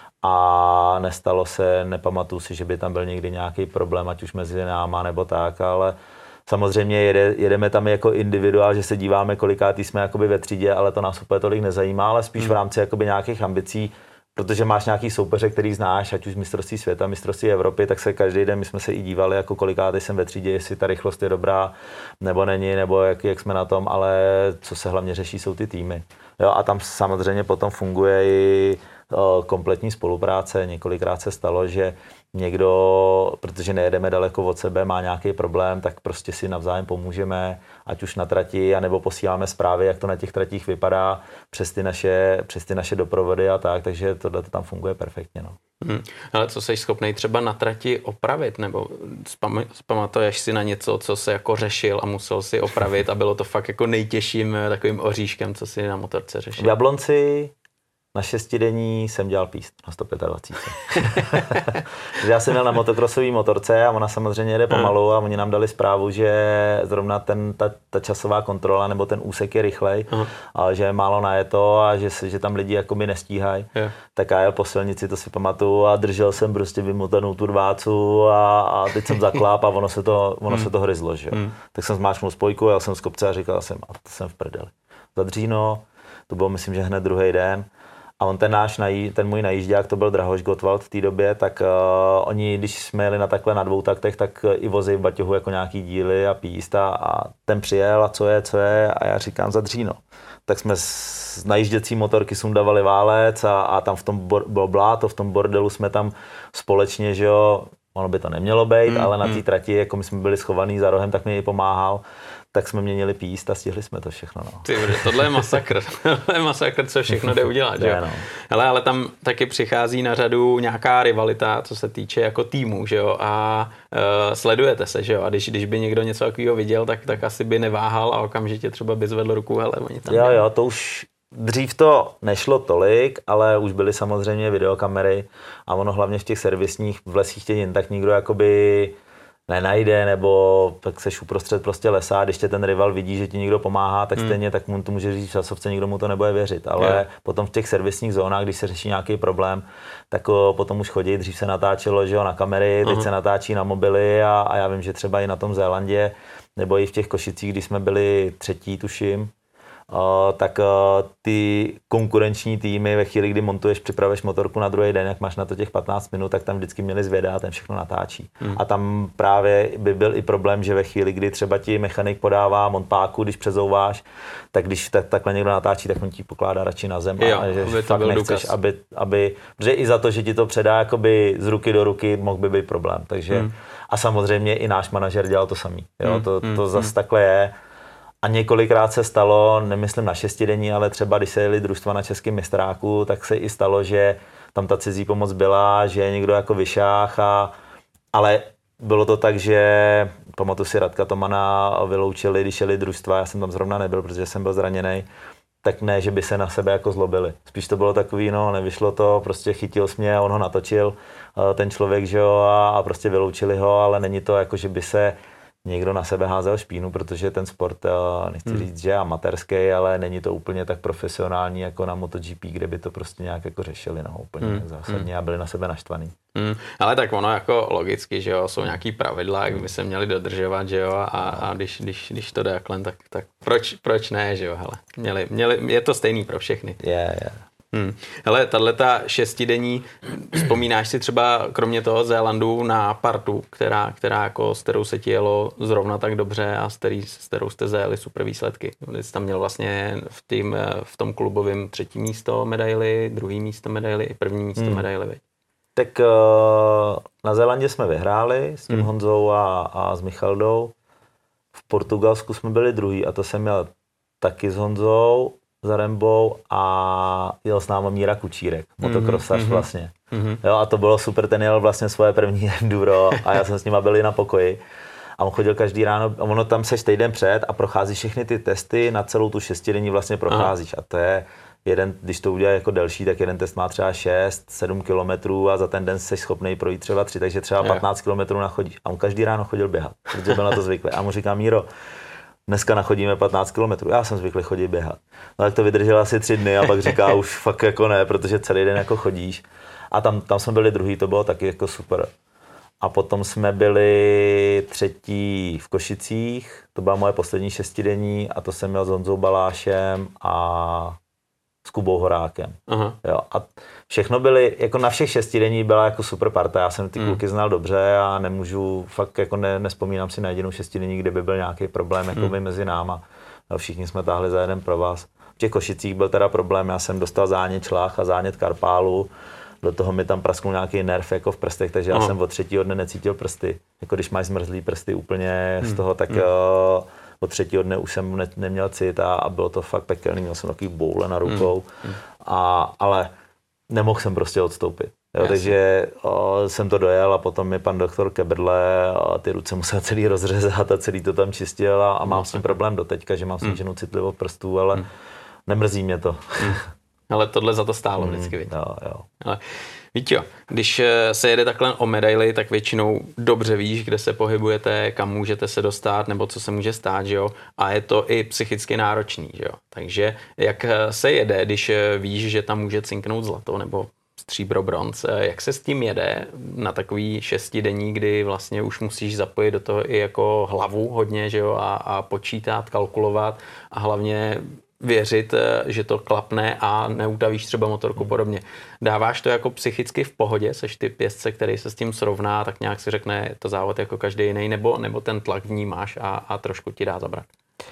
a nestalo se, nepamatuju si, že by tam byl někdy nějaký problém, ať už mezi náma nebo tak, ale samozřejmě jede, jedeme tam jako individuál, že se díváme, kolikátý jsme jakoby ve třídě, ale to nás úplně tolik nezajímá, ale spíš hmm. v rámci jakoby nějakých ambicí, protože máš nějaký soupeře, který znáš, ať už mistrovství světa, mistrovství Evropy, tak se každý den, my jsme se i dívali, jako kolikátý jsem ve třídě, jestli ta rychlost je dobrá, nebo není, nebo jak, jak jsme na tom, ale co se hlavně řeší, jsou ty týmy. Jo, a tam samozřejmě potom funguje i o, kompletní spolupráce. Několikrát se stalo, že někdo, protože nejedeme daleko od sebe, má nějaký problém, tak prostě si navzájem pomůžeme, ať už na trati, anebo posíláme zprávy, jak to na těch tratích vypadá přes ty naše, přes ty naše doprovody a tak, takže tohle to tam funguje perfektně. No. Hmm. Ale co jsi schopnej třeba na trati opravit, nebo pamatuješ si na něco, co se jako řešil a musel si opravit a bylo to fakt jako nejtěžším takovým oříškem, co si na motorce řešil? V Jablonci Na šestidenní jsem dělal píst na sto dvacet pět. Já jsem měl na motokrosové motorce a ona samozřejmě jede pomalu a oni nám dali zprávu, že zrovna ten, ta, ta časová kontrola nebo ten úsek je rychlej, uh-huh. ale že je málo najeto a že, že tam lidi jakoby nestíhají. Yeah. Tak já jel po silnici, to si pamatuju, a držel jsem prostě vymotanou tu dvácu a, a teď jsem zakláp a ono se to, ono mm. se to hryzlo. Že? Mm. Tak jsem zmáčknul spojku, jel jsem z kopce a říkal jsem, a to jsem v prdeli. Za Dříno, to bylo myslím, že hned druhý den. A on ten náš, ten můj najížďák, to byl Drahoš Gottwald v té době, tak uh, oni, když jsme jeli na takhle na dvou taktech, tak i vozí v baťohu jako nějaký díly a píst a, a ten přijel a co je, co je a já říkám za Dříno. Tak jsme z najížděcí motorky sundavali válec a, a tam v tom bor, bylo bláto, v tom bordelu jsme tam společně, že jo, ono by to nemělo být, mm, ale na té mm. trati, jako my jsme byli schovaný za rohem, tak mi ji pomáhal. Tak jsme měnili píst a stihli jsme to všechno. No. Ty, tohle je masakr. Tohle je masakr, co všechno jde udělat. Že? No. Hele, ale tam taky přichází na řadu nějaká rivalita, co se týče jako týmu, že jo, a uh, sledujete se, že jo, a když, když by někdo něco takového viděl, tak, tak asi by neváhal a okamžitě třeba by zvedl ruku, hele, oni tam... Jo, jo, to už dřív to nešlo tolik, ale už byly samozřejmě videokamery a ono hlavně v těch servisních, v lesích tě jen tak nikdo jakoby nenajde, nebo tak seš uprostřed prostě lesa a když tě ten rival vidí, že ti někdo pomáhá, tak stejně hmm. tak mu to může říct v časovce, nikdo mu to nebude věřit, ale yeah. potom v těch servisních zónách, když se řeší nějaký problém, tak o, potom už chodí, dřív se natáčelo, že jo, na kamery, teď uh-huh. se natáčí na mobily a, a já vím, že třeba i na tom Zélandě, nebo i v těch Košicích, když jsme byli třetí, tuším, Uh, tak uh, ty konkurenční týmy ve chvíli, kdy montuješ, připravuješ motorku na druhý den, jak máš na to těch patnáct minut, tak tam vždycky měli zvěda a ten všechno natáčí. Hmm. A tam právě by byl i problém, že ve chvíli, kdy třeba ti mechanik podává montpáku, když přezouváš, tak když tak, takhle někdo natáčí, tak on ti pokládá radši na zem. Jo, a že aby fakt nechceš, aby, aby, protože i za to, že ti to předá jakoby z ruky do ruky, mohl by být problém. Takže, hmm. A samozřejmě i náš manažer dělal to samý. Jo? Hmm. To, to hmm. zase hmm. takhle je. A několikrát se stalo, nemyslím na šestidenní, ale třeba když se jeli družstva na českém mistráku, tak se i stalo, že tam ta cizí pomoc byla, že někdo jako vyšáh, a, ale bylo to tak, že pamatuju si Radka Tomana vyloučili, když jeli družstva, já jsem tam zrovna nebyl, protože jsem byl zraněný, tak ne, že by se na sebe jako zlobili. Spíš to bylo takový, no, nevyšlo to, prostě chytil jsi mě, on ho natočil, ten člověk, že jo, a, a prostě vyloučili ho, ale není to jako, že by se někdo na sebe házel špínu, protože ten sport, nechci hmm. říct, že je amatérský, ale není to úplně tak profesionální jako na MotoGP, kde by to prostě nějak jako řešili, no, úplně hmm. zásadně a byli na sebe naštvaný. Hmm. Ale tak ono jako logicky, že jo, jsou nějaký pravidla, jak by se měli dodržovat, že jo, a, a když, když, když to jde jakhle, tak, tak proč, proč ne, že jo, hele, měli, měli, je to stejný pro všechny. Je, yeah, je. Yeah. Hmm. Hele, tato šestidenní, vzpomínáš si třeba kromě toho Zélandu na partu, která, která jako, s kterou se ti jelo zrovna tak dobře a s, který, s kterou jste zajeli super výsledky. Jsi tam měl vlastně v, tým, v tom klubovém třetí místo medaily, druhý místo medaily i první místo hmm. medaily. Viď? Tak na Zélandě jsme vyhráli s tím hmm. Honzou a, a s Michaldou. V Portugalsku jsme byli druhý a to jsem měl taky s Honzou, za Rembou a jel s náma Míra Kučírek, motokrosař mm-hmm. vlastně. Mm-hmm. Jo, a to bylo super, ten jel vlastně svoje první enduro a já jsem s nima byl na pokoji. A on chodil každý ráno, a ono tam seš týden před a procházíš všechny ty testy, na celou tu šestidenní vlastně procházíš. Aha. A to je jeden, když to udělá jako delší, tak jeden test má třeba šest sedm kilometrů a za ten den jsi schopný projít třeba tři, takže třeba patnáct kilometrů nachodíš. A on každý ráno chodil běhat, protože byl na to zvyklý. A mu říká, Míro, dneska nachodíme patnáct kilometrů, já jsem zvyklý chodit běhat. No tak to vydržel asi tři dny a pak říká, už fakt jako ne, protože celý den jako chodíš. A tam, tam jsme byli druhý, to bylo taky jako super. A potom jsme byli třetí v Košicích, to byla moje poslední šestidenní a to jsem měl s Honzou Balášem a s Kubou Horákem. Aha. Jo, a všechno byly, jako na všech šestidenní byla jako super parta, já jsem ty mm. kluky znal dobře a nemůžu, fakt jako ne, nespomínám si na jedinou šestidenní, kde by byl nějaký problém jako mm. mezi náma. No, všichni jsme táhli za jeden pro vás. V těch Košicích byl teda problém, já jsem dostal zánět šlách a zánět karpálu, do toho mi tam prasknul nějaký nerv jako v prstech, takže já Aha. jsem od třetího dne necítil prsty. Jako když máš zmrzlý prsty úplně mm. z toho, tak mm. uh, od třetího dne už jsem ne, neměl cit a, a bylo to fakt pekelný, měl jsem takový boule na rukou, mm. a, ale nemohl jsem prostě odstoupit. Jo, takže o, jsem to dojel a potom mi pan doktor Keberle a ty ruce musel celý rozřezat a celý to tam čistil a, a mám s tím problém do teďka, že mám sníženou citlivost prstů, ale mm. nemrzí mě to. Mm. Ale tohle za to stálo mm, vždycky, jo, jo. Ale víte jo, když se jede takhle o medaili, tak většinou dobře víš, kde se pohybujete, kam můžete se dostat, nebo co se může stát, že jo? A je to i psychicky náročný, že jo? Takže jak se jede, když víš, že tam může cinknout zlato, nebo stříbro, bronz, jak se s tím jede na takový šestidenní, kdy vlastně už musíš zapojit do toho i jako hlavu hodně, že jo? A, a počítat, kalkulovat a hlavně věřit, že to klapne a neutavíš třeba motorku podobně. Dáváš to jako psychicky v pohodě, seš ty pěstce, který se s tím srovná, tak nějak si řekne, je to závod jako každý jiný, nebo, nebo ten tlak vnímáš a, a trošku ti dá zabrat?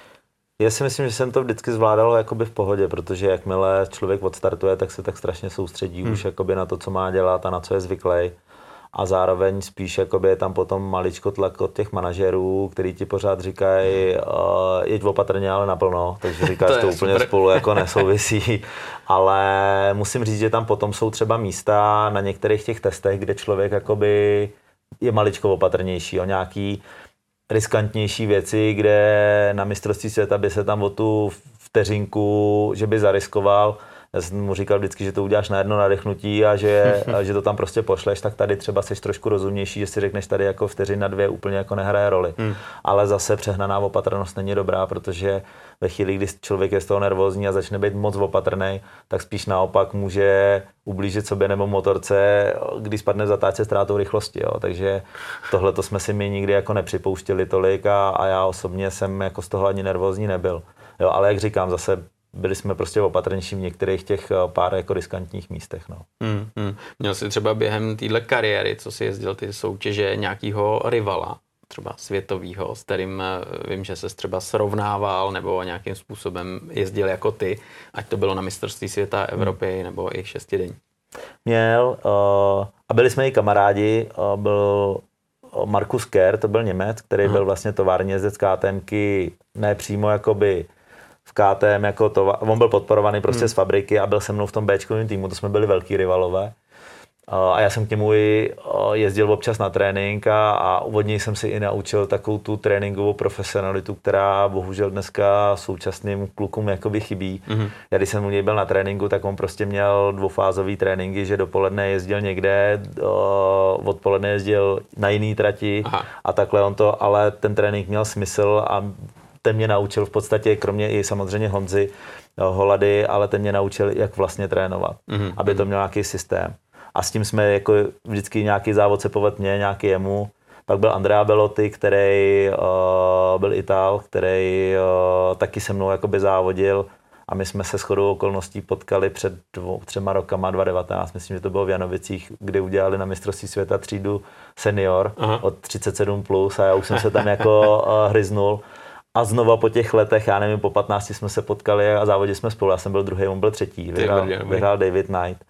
Já si myslím, že jsem to vždycky zvládal jakoby v pohodě, protože jakmile člověk odstartuje, tak se tak strašně soustředí hmm. už jakoby na to, co má dělat a na co je zvyklý. A zároveň spíš jakoby je tam potom maličko tlak od těch manažerů, který ti pořád říkají, uh, jeď opatrně, ale naplno, takže říkáš, to, to úplně super. Spolu jako nesouvisí. Ale musím říct, že tam potom jsou třeba místa na některých těch testech, kde člověk jakoby je maličko opatrnější o nějaký riskantnější věci, kde na mistrovství světa by se tam o tu vteřinku, že by zariskoval. Já jsem mu říkal vždycky, že to uděláš na jedno nadechnutí a že, a že to tam prostě pošleš, tak tady třeba jsi trošku rozumnější, že si řekneš tady jako vteřina dvě úplně jako nehraje roli. Hmm. Ale zase přehnaná opatrnost není dobrá, protože ve chvíli, kdy člověk je z toho nervózní a začne být moc opatrný, tak spíš naopak může ublížit sobě nebo motorce, když spadne v zatáčce ztrátou rychlosti. Jo. Takže tohle to jsme si my nikdy jako nepřipouštěli tolik a, a já osobně jsem jako z toho ani nervózní nebyl. Jo, ale jak říkám, zase byli jsme prostě opatrnější v některých těch pár jako riskantních místech. No. Hmm, hmm. Měl jsi třeba během téhle kariéry, co jsi jezdil ty soutěže, nějakýho rivala, třeba světovýho, s kterým vím, že ses třeba srovnával nebo nějakým způsobem jezdil jako ty, ať to bylo na mistrovství světa, Evropy hmm. nebo i šestidenní? Měl uh, a byli jsme i kamarádi, uh, byl Markus Kerr, to byl Němec, který Aha. byl vlastně tovární jezdec KTMky, ne přímo jakoby v K T M jako to, on byl podporovaný prostě hmm. z fabriky a byl se mnou v tom Bčkovém týmu, to jsme byli velký rivalové. A já jsem k němu i jezdil občas na trénink a, a od něj jsem si i naučil takovou tu tréninkovou profesionalitu, která bohužel dneska současným klukům jakoby chybí. Mm-hmm. Já když jsem u něj byl na tréninku, tak on prostě měl dvoufázový tréninky, že dopoledne jezdil někde, odpoledne jezdil na jiný trati Aha. a takhle on to, ale ten trénink měl smysl a ten mě naučil v podstatě, kromě i samozřejmě Honzy Holady, ale ten mě naučil, jak vlastně trénovat, mm-hmm. aby to měl nějaký systém. A s tím jsme jako vždycky nějaký závod se povedl mě, nějaký jemu. Pak byl Andrea Bellotti, který uh, byl Itál, který uh, taky se mnou jakoby závodil a my jsme se shodou okolností potkali před dvou, třema rokama, dva tisíce devatenáct, myslím, že to bylo v Janovicích, kdy udělali na mistrovství světa třídu senior Aha. od třicet sedm plus a já už jsem se tam jako uh, hryznul. A znova po těch letech, já nevím, po patnácti jsme se potkali a závodili jsme spolu. Já jsem byl druhý, on byl třetí. Vyhrál, vyhrál David Knight.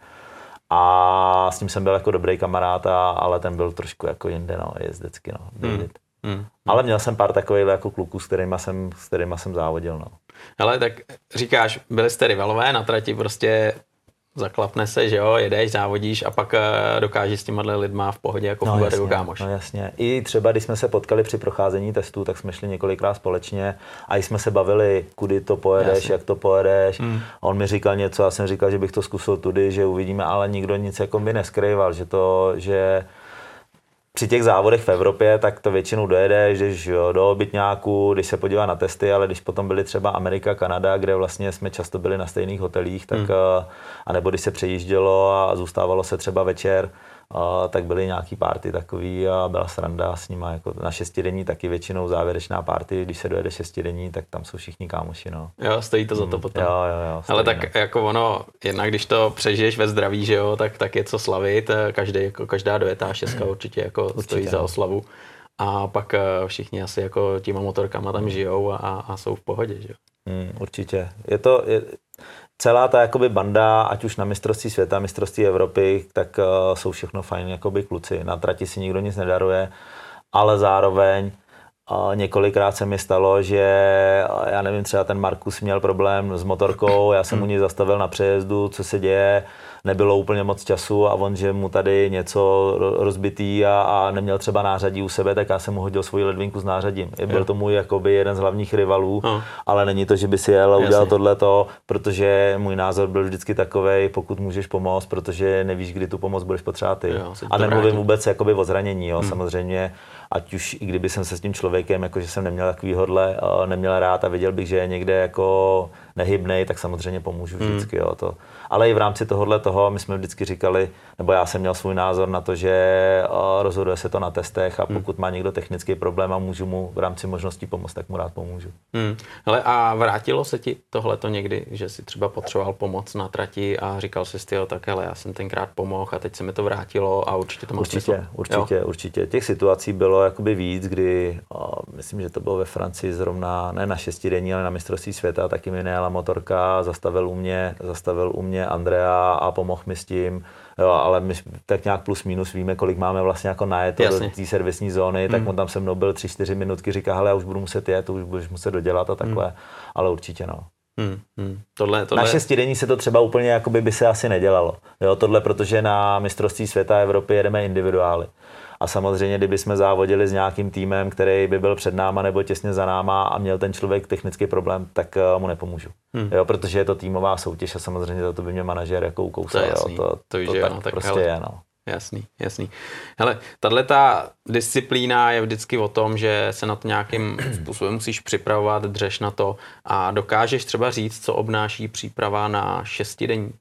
A s ním jsem byl jako dobrý kamarád, a, ale ten byl trošku jako jinde, no, jezdecky, no, David. Hmm. Hmm. Ale měl jsem pár takových jako kluků, s kterýma jsem, s kterýma jsem závodil, no. Hele, tak říkáš, byli jste rivalové na trati, prostě zaklapne se, že jo, jedeš, závodíš a pak dokážeš s těma lidma v pohodě jako no, fungovat jako kámoš. No jasně. I třeba, když jsme se potkali při procházení testů, tak jsme šli několikrát společně a jsme se bavili, kudy to pojedeš, jasně. jak to pojedeš. Hmm. On mi říkal něco, já jsem říkal, že bych to zkusil tudy, že uvidíme, ale nikdo nic jako by neskrýval, že to, že při těch závodech v Evropě, tak to většinou dojedeš, jdeš jo, do obytňáku, když se podívá na testy, ale když potom byly třeba Amerika, Kanada, kde vlastně jsme často byli na stejných hotelích, tak, hmm. a nebo když se přejíždělo a zůstávalo se třeba večer, a, tak byly nějaký party takový a byla sranda s nima, jako na šestidenní taky většinou závěrečná party, když se dojede šestidenní, tak tam jsou všichni kámoši, no. Jo, stojí to za to potom. Jo, jo, jo. Stojí, ale tak no. jako ono, jednak když to přežiješ ve zdraví, že jo, tak, tak je co slavit, každý, jako každá dojetá šestka určitě jako určitě, stojí no. za oslavu a pak všichni asi jako těma motorkama tam žijou a, a jsou v pohodě, že jo. Hmm, určitě. Je to... Je... Celá ta jakoby banda, ať už na mistrovství světa, mistrovství Evropy, tak uh, jsou všechno fajn jakoby kluci. Na trati si nikdo nic nedaruje, ale zároveň uh, několikrát se mi stalo, že uh, já nevím, třeba ten Markus měl problém s motorkou, já jsem u něj zastavil na přejezdu, co se děje, nebylo úplně moc času a on, že mu tady něco rozbitý a, a neměl třeba nářadí u sebe, tak já jsem mu hodil svoji ledvinku s nářadím. Byl jo. to můj jakoby jeden z hlavních rivalů, no. ale není to, že by si jel a udělal tohleto, protože můj názor byl vždycky takovej, pokud můžeš pomoct, protože nevíš, kdy tu pomoc budeš potřebovat ty. Jo, a nemluvím vůbec jakoby o zranění, jo, hmm. samozřejmě, ať už i kdyby jsem se s tím člověkem, jakože jsem neměl takovýhodle, neměl rád a viděl bych, že je někde jako nehybnej, tak samozřejmě pomůžu vždycky. Hmm. Jo, to. Ale i v rámci tohohle toho my jsme vždycky říkali, nebo já jsem měl svůj názor na to, že rozhoduje se to na testech a pokud hmm. má někdo technický problém a můžu mu v rámci možností pomoct, tak mu rád pomůžu. Hmm. Hele, a vrátilo se ti tohleto někdy, že si třeba potřeboval pomoc na trati a říkal jsi ty, jo, tak hele, já jsem tenkrát pomohl a teď se mi to vrátilo a určitě to má určitě, smysl. Určitě, jo? určitě. Těch situací bylo jakoby víc, kdy o, myslím, že to bylo ve Francii zrovna, ne na šestidenní, ale na mistrovství světa, taky mi nejela motorka, zastavil u mě, zastavil u mě Andrea a pomohl mi s tím. Jo, ale my tak nějak plus minus víme, kolik máme vlastně jako najeto do té servisní zóny, tak hmm. on tam se mnou byl tři čtyři minutky, říká, hele, já už budu muset jet, už budeš muset dodělat a takhle, hmm. ale určitě no. Hmm, hmm. Tohle, tohle... Na šestidenní se to třeba úplně jakoby by se asi nedělalo. Jo, tohle, protože na mistrovství světa Evropy jedeme individuály. A samozřejmě, kdyby jsme závodili s nějakým týmem, který by byl před náma nebo těsně za náma a měl ten člověk technický problém, tak mu nepomůžu. Hmm. Jo, protože je to týmová soutěž a samozřejmě za to by mě manažer jako ukousal. To je jasný. Jo, to, to, to že tak no, tak prostě hele. je. No. Jasný, jasný. Hele, tato disciplína je vždycky o tom, že se na to nějakým způsobem musíš připravovat, dřeš na to a dokážeš třeba říct, co obnáší příprava na šestidenní.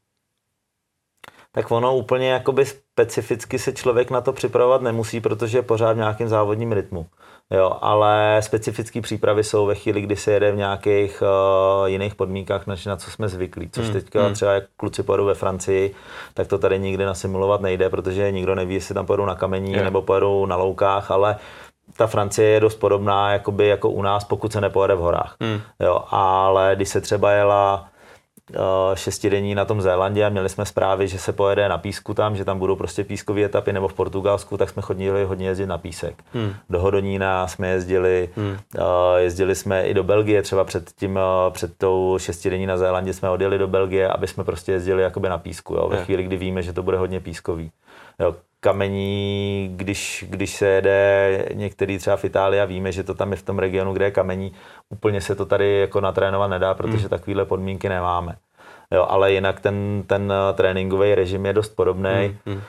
Tak ono úplně jakoby specificky se člověk na to připravovat nemusí, protože je pořád v nějakém závodním rytmu. Jo, ale specifické přípravy jsou ve chvíli, kdy se jede v nějakých uh, jiných podmínkách, než na co jsme zvyklí. Což teďka hmm. třeba jak kluci pojedou ve Francii, tak to tady nikdy nasimulovat nejde, protože nikdo neví, jestli tam pojedou na kamení yeah. nebo pojedou na loukách, ale ta Francie je dost podobná jakoby jako u nás, pokud se nepojede v horách. Hmm. Jo, ale když se třeba jela šestidenní na tom Zélandě a měli jsme zprávy, že se pojede na písku tam, že tam budou prostě pískové etapy, nebo v Portugalsku, tak jsme chodili hodně jezdit na písek. Hmm. Do Hodonína jsme jezdili, hmm. jezdili jsme i do Belgie, třeba před tím, před tou šestidenní na Zélandě jsme odjeli do Belgie, aby jsme prostě jezdili jakoby na písku, jo, ve yeah. chvíli, kdy víme, že to bude hodně pískový. Jo, kamení, když, když se jede některý třeba v Itálii a víme, že to tam je v tom regionu, kde je kamení, úplně se to tady jako natrénovat nedá, protože hmm. takovéhle podmínky nemáme. Jo, ale jinak ten, ten tréninkový režim je dost podobný. Hmm.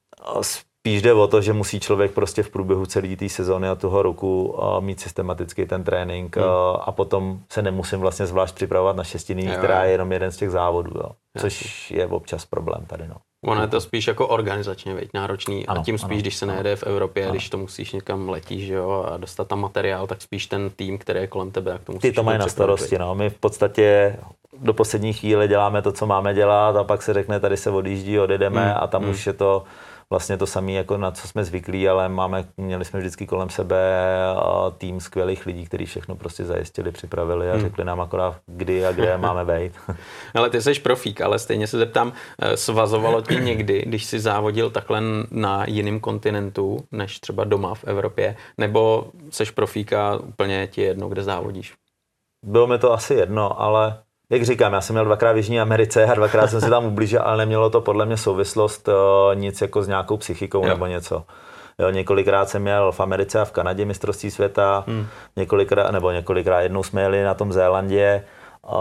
Spíš jde o to, že musí člověk prostě v průběhu celé té sezóny a toho roku mít systematicky ten trénink hmm. a potom se nemusím vlastně zvlášť připravovat na šestidenní, která je jenom jeden z těch závodů, jo. Což je občas problém tady. No. Ono je to spíš jako organizačně veď, náročný ano, a tím spíš, ano, když se nejede v Evropě, ano. když to musíš někam letíš, že jo, a dostat tam materiál, tak spíš ten tým, který je kolem tebe, jak to musíš. Ty to mají na starosti, no. My v podstatě do poslední chvíle děláme to, co máme dělat a pak se řekne, tady se odjíždí, odjedeme hmm. a tam hmm. už je to vlastně to samé, jako na co jsme zvyklí, ale máme, měli jsme vždycky kolem sebe tým skvělých lidí, kteří všechno prostě zajistili, připravili a hmm. řekli nám akorát, kdy a kde máme být. Ale ty jsi profík, ale stejně se zeptám, svazovalo ti někdy, když jsi závodil takhle na jiném kontinentu, než třeba doma v Evropě, nebo seš profík a úplně ti jedno, kde závodíš? Bylo mi to asi jedno, ale jak říkám, já jsem měl dvakrát v Jižní Americe a dvakrát jsem se tam ublížil, ale nemělo to podle mě souvislost uh, nic jako s nějakou psychikou jo. nebo něco. Jo, několikrát jsem měl v Americe a v Kanadě mistrovství světa, hmm. několikrát, nebo několikrát jednou jsme jeli na tom Zélandě uh,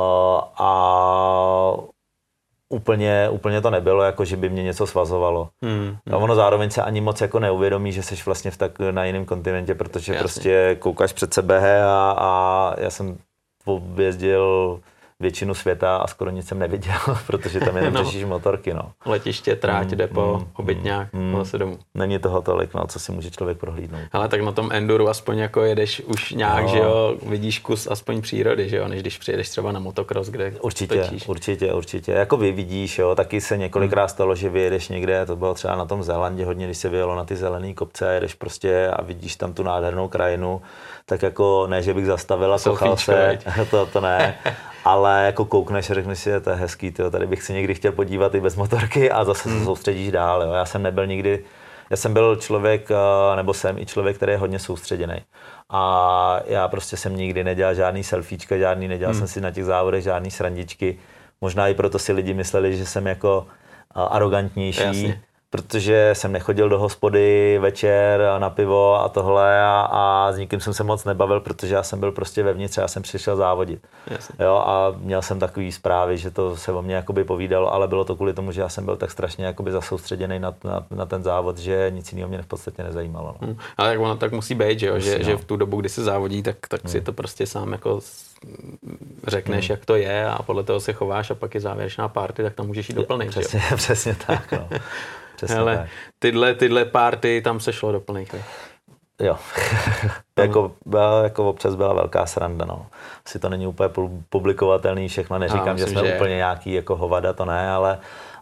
a úplně, úplně to nebylo, jako že by mě něco svazovalo. Hmm. A ono zároveň se ani moc jako neuvědomí, že jsi vlastně v tak na jiném kontinentě, protože Jasně. prostě koukáš před sebe a, a já jsem objezdil většinu světa a skoro nic jsem neviděl, protože tam jenom no. řešíš motorky, no. Letiště, tráť, mm, depo, mm, obytňák, mm, zase domů. Není toho tolik, no, co si může člověk prohlídnout. Ale tak na tom enduru aspoň jako jedeš už nějak, no. že jo, vidíš kus aspoň přírody, že jo, než když přijedeš třeba na motocross, kde určitě, točíš. Určitě, určitě, jako vy vidíš, jo, taky se několikrát mm. stalo, že vyjedeš někde, to bylo třeba na tom Zélandě hodně, když se vyjelo na ty zelený kopce a jedeš prostě a vidíš tam tu nádhernou krajinu, tak jako ne, že bych zastavil a kochal se, to, to ne. Ale jako koukneš a řekneš si, že to je hezký, tyjo, tady bych si někdy chtěl podívat i bez motorky a zase hmm. se soustředíš dál. Jo. Já jsem nebyl nikdy, já jsem byl člověk, nebo jsem i člověk, který je hodně soustředěný. A já prostě jsem nikdy nedělal žádný selfiečka, žádný, nedělal hmm. jsem si na těch závodech žádný srandičky. Možná i proto si lidi mysleli, že jsem jako arrogantnější. Jasně. Protože jsem nechodil do hospody večer na pivo a tohle a, a s nikým jsem se moc nebavil, protože já jsem byl prostě vevnitř a já jsem přišel závodit. Jo, a měl jsem takový zprávy, že to se o mě jakoby povídalo, ale bylo to kvůli tomu, že já jsem byl tak strašně jakoby zasoustředěný na, na, na ten závod, že nic jiného mě v podstatě nezajímalo. No. Hmm. Ale jak ono tak musí být, že, jo? Musí, že, no. že v tu dobu, kdy se závodí, tak, tak hmm. si to prostě sám jako řekneš, hmm. jak to je a podle toho se chováš a pak je závěrečná party, tak tam můžeš jít do plnej. Přesně, přesně tak. No. Hele, tyhle, tyhle party, tam se šlo do plných. Jo, jako, jako občas byla velká sranda, no. Asi to není úplně publikovatelný všechno, neříkám, myslím, že jsme že úplně nějaký jako hovada, to ne, ale,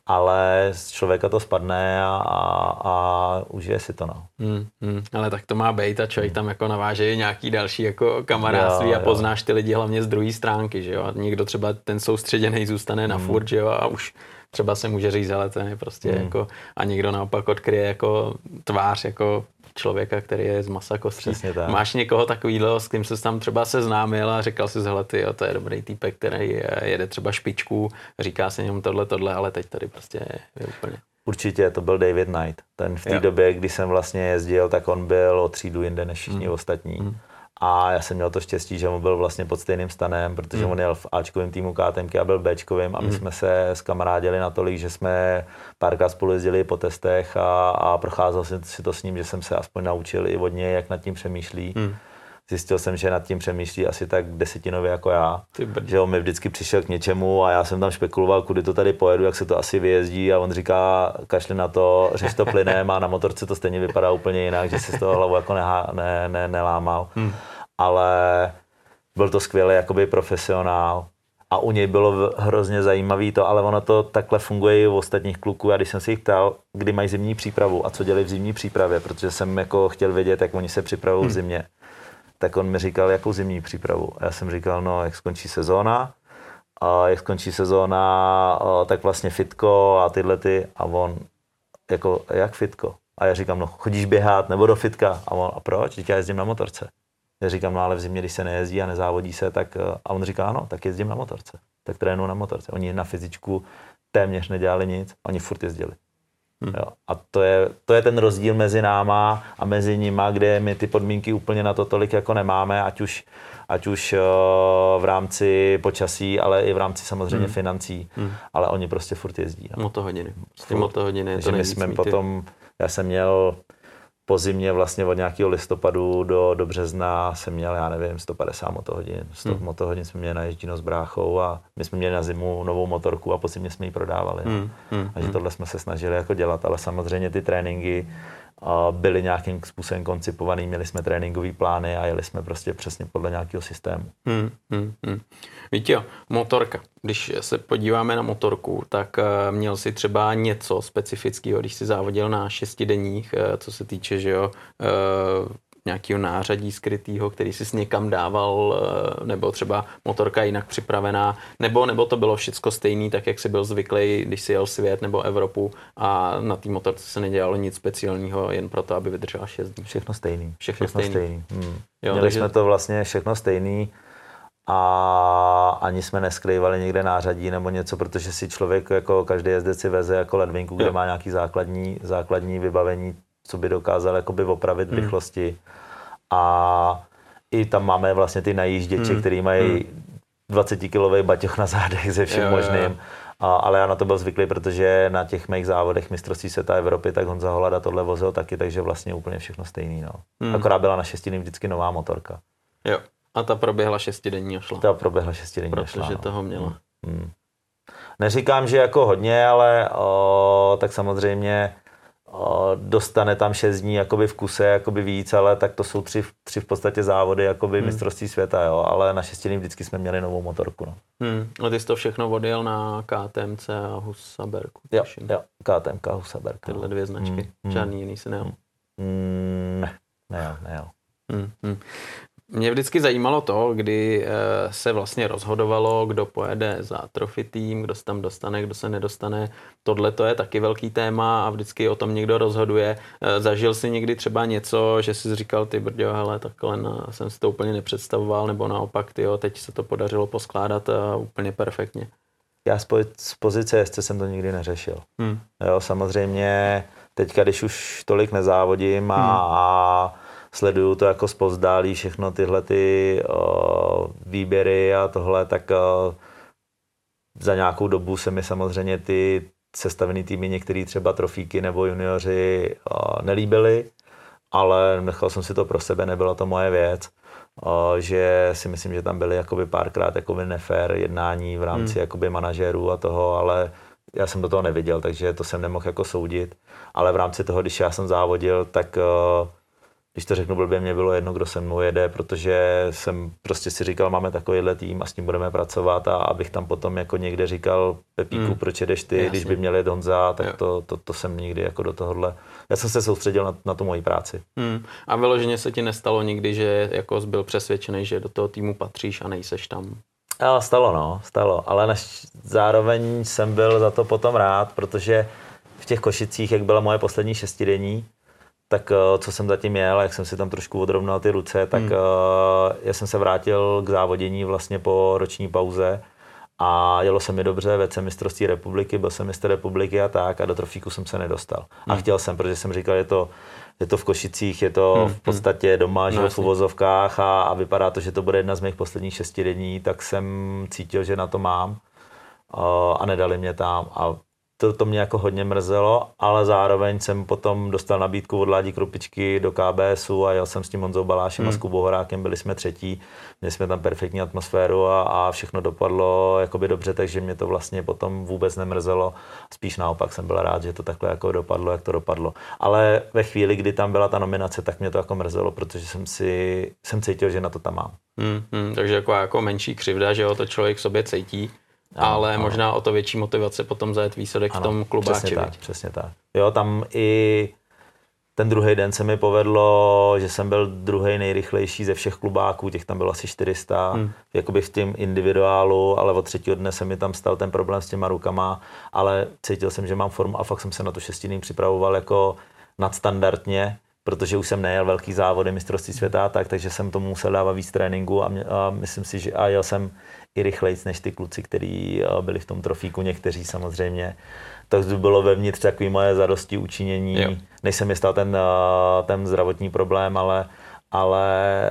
ale z člověka to spadne a, a, a užije si to, no. Hmm, hmm, ale tak to má být a člověk hmm. tam jako naváže nějaký další jako kamarádství jo, a poznáš ty lidi hlavně z druhé stránky, že jo. Někdo třeba ten soustředěnej zůstane na hmm. furt, že jo, a už třeba se může říct, ale ten je prostě hmm. jako, a někdo naopak odkryje jako tvář jako člověka, který je z masa kostí. Máš někoho takovýhle, s kým ses tam třeba seznámil a říkal si, hele ty, jo, to je dobrý týpek, který jede třeba špičku, říká se němu tohle, tohle, ale teď tady prostě je úplně. Určitě, to byl David Knight. Ten v té době, kdy jsem vlastně jezdil, tak on byl o třídu jinde než všichni hmm. ostatní. Hmm. A já jsem měl to štěstí, že on byl vlastně pod stejným stanem, protože mm. on jel v Ačkovém týmu K T M a byl Bčkovým a my mm. jsme se skamarádili natolik, že jsme párkrát spolu jezdili po testech a, a procházel jsem si to s ním, že jsem se aspoň naučil i od něj, jak nad tím přemýšlí. Mm. Zjistil jsem, že nad tím přemýšlí asi tak desetinově jako já, že on mi vždycky přišel k něčemu a já jsem tam špekuloval, kudy to tady pojedu, jak se to asi vyjezdí a on říká, kašli na to, řeš to plynem a na motorce to stejně vypadá úplně jinak, že si z toho hlavu jako nehá, ne, ne, nelámal. Hmm. Ale byl to skvělý jakoby profesionál a u něj bylo hrozně zajímavý to, ale ono to takhle funguje i u ostatních kluků a když jsem si jich ptal, kdy mají zimní přípravu a co dělají v zimní přípravě, protože jsem jako chtěl vědět, jak oni se připravují hmm. v zimě. Tak on mi říkal, jakou zimní přípravu. A já jsem říkal, no, jak skončí sezóna, a jak skončí sezóna, tak vlastně fitko a tyhle ty. A on, jako, jak fitko? A já říkám, no, chodíš běhat nebo do fitka? A on, a proč? Teď já jezdím na motorce. Já říkám, no, ale v zimě, když se nejezdí a nezávodí se, tak... A on říká, no, tak jezdím na motorce. Tak trénuju na motorce. Oni na fyzičku téměř nedělali nic, oni furt jezdili. Hmm. Jo. A to je, to je ten rozdíl mezi náma a mezi nima, kde my ty podmínky úplně na to tolik jako nemáme, ať už, ať už uh, v rámci počasí, ale i v rámci samozřejmě hmm. financí, hmm. ale oni prostě furt jezdí. No. Motohodiny. Prostě motohodiny je to my jsme potom, já jsem měl po zimě vlastně od nějakého listopadu do, do března jsem měl, já nevím, sto padesát motohodin. sto hmm. motohodin jsme měli naježděno s bráchou a my jsme měli na zimu novou motorku a po zimě jsme ji prodávali. Hmm. Hmm. Takže tohle jsme se snažili jako dělat, ale samozřejmě ty tréninky byly nějakým způsobem koncipovaný, měli jsme tréninkové plány a jeli jsme prostě přesně podle nějakého systému. Hmm. Hmm. Hmm. Víte jo, motorka. Když se podíváme na motorku, tak měl si třeba něco specifického, když si závodil na šestidenních, co se týče, že jo, nějakého nářadí skrytého, který jsi někam dával, nebo třeba motorka jinak připravená, nebo, nebo to bylo všecko stejný, tak jak jsi byl zvyklý, když jsi jel svět nebo Evropu a na té motorce se nedělalo nic speciálního, jen proto, aby vydržela šest dní. Všechno stejný. Všechno, všechno stejný. stejný. Hmm. Jo, Měli takže... jsme to vlastně všechno stejný a ani jsme neskrývali někde nářadí nebo něco, protože si člověk, jako každý jezdec si veze jako ledvinku, kde jo. má nějaký základní, základní vybavení, co by dokázal jakoby opravit v hmm. rychlosti. A i tam máme vlastně ty najížděče, hmm. který mají hmm. dvacetikilový baťoch na zádech ze všem jo, možným. Jo. A, ale já na to byl zvyklý, protože na těch mých závodech mistrovství světa Evropy, tak Honza Holada tohle vozil taky, takže vlastně úplně všechno stejný. No. Hmm. Akorát byla na šestidenní vždycky nová motorka. Jo. A ta proběhla šestidenní a šla. Ta proběhla šestidenní a šla. Protože no. toho měla. Hmm. Neříkám, že jako hodně, ale o, tak samozřejmě o, dostane tam šest dní jakoby v kuse, jakoby víc, ale tak to jsou tři, tři v podstatě závody jakoby hmm. mistrovství světa, jo, ale na šestidenní vždycky jsme měli novou motorku. No. Hmm. A ty jsi to všechno odjel na K T M C a Husaberku? Jo, jo, K T M K Husaberka. Tyhle dvě značky, hmm. žádný jiný si nejel? Hmm. Ne, nejel, nejel. Hmm. Hmm. Mě vždycky zajímalo to, kdy se vlastně rozhodovalo, kdo pojede za trophy tým, kdo se tam dostane, kdo se nedostane. Tohle to je taky velký téma a vždycky o tom někdo rozhoduje. Zažil jsi někdy třeba něco, že jsi říkal, ty brďo, hele, takhle jsem si to úplně nepředstavoval, nebo naopak, tyjo, teď se to podařilo poskládat úplně perfektně? já z pozice jezdce jsem to nikdy neřešil. Hmm. Jo, samozřejmě teďka, když už tolik nezávodím a, hmm. a sleduju to jako zpozdálí všechno tyhle ty o, výběry a tohle, tak o, za nějakou dobu se mi samozřejmě ty sestavený týmy, některý třeba trofíky nebo junioři o, nelíbily, ale nechal jsem si to pro sebe, nebyla to moje věc. O, že si myslím, že tam byly jakoby párkrát jakoby nefér jednání v rámci hmm. jakoby manažerů a toho, ale já jsem do toho neviděl, takže to jsem nemohl jako soudit. Ale v rámci toho, když já jsem závodil, tak o, když to řeknu blbě, mě bylo jedno, kdo se mnou jede, protože jsem prostě si říkal, máme takovýhle tým a s ním budeme pracovat a abych tam potom jako někde říkal Pepíku, hmm. proč jedeš ty, Jasně. když by měl jet Honza, tak to, to, to jsem nikdy jako do tohohle. Já jsem se soustředil na, na tu moji práci. Hmm. A vyloženě se ti nestalo nikdy, že jako byl přesvědčený, že do toho týmu patříš a nejseš tam? Jo, stalo, no, stalo, ale naš, zároveň jsem byl za to potom rád, protože v těch Košicích, jak byla moje poslední šestidenní, tak co jsem zatím měl, jak jsem si tam trošku odrovnal ty ruce, tak hmm. já jsem se vrátil k závodění vlastně po roční pauze a jelo se mi dobře, vedl jsem mistrovství republiky, byl jsem mistr republiky a tak a do trofíku jsem se nedostal. Hmm. A chtěl jsem, protože jsem říkal, je to, je to v Košicích, je to hmm. v podstatě doma, že no, v uvozovkách a, a vypadá to, že to bude jedna z mých posledních šestidení, tak jsem cítil, že na to mám a nedali mě tam a To, to mě jako hodně mrzelo, ale zároveň jsem potom dostal nabídku od Ládi Krupičky do K B S u a jel jsem s tím Honzou Balášem hmm. a s Kubou Horákem, byli jsme třetí, měli jsme tam perfektní atmosféru a, a všechno dopadlo jakoby dobře, takže mě to vlastně potom vůbec nemrzelo, spíš naopak jsem byl rád, že to takhle jako dopadlo, jak to dopadlo. Ale ve chvíli, kdy tam byla ta nominace, tak mě to jako mrzelo, protože jsem si jsem cítil, že na to tam mám. Hmm, hmm, takže jako, jako menší křivda, že jo, to člověk sobě cítí. Ano, ale ano. možná o to větší motivace potom zajet výsledek ano, v tom klubáči. Přesně tak, přesně tak. Jo, tam i ten druhý den se mi povedlo, že jsem byl druhý nejrychlejší ze všech klubáků, těch tam bylo asi čtyři sta, hmm. jakoby v tím individuálu, ale od třetího dne se mi tam stal ten problém s těma rukama, ale cítil jsem, že mám formu a fakt jsem se na tu šestiný připravoval jako nadstandardně, protože už jsem nejel velký závody mistrovství světa, tak, takže jsem tomu musel dávat víc tréninku a, mě, a myslím si, že a jel jsem i rychlejc než ty kluci, kteří byli v tom trofíku, někteří samozřejmě. Takže bylo vevnitř takový moje zadosti učinění. Jo. Než se mi stal ten, ten zdravotní problém, ale, ale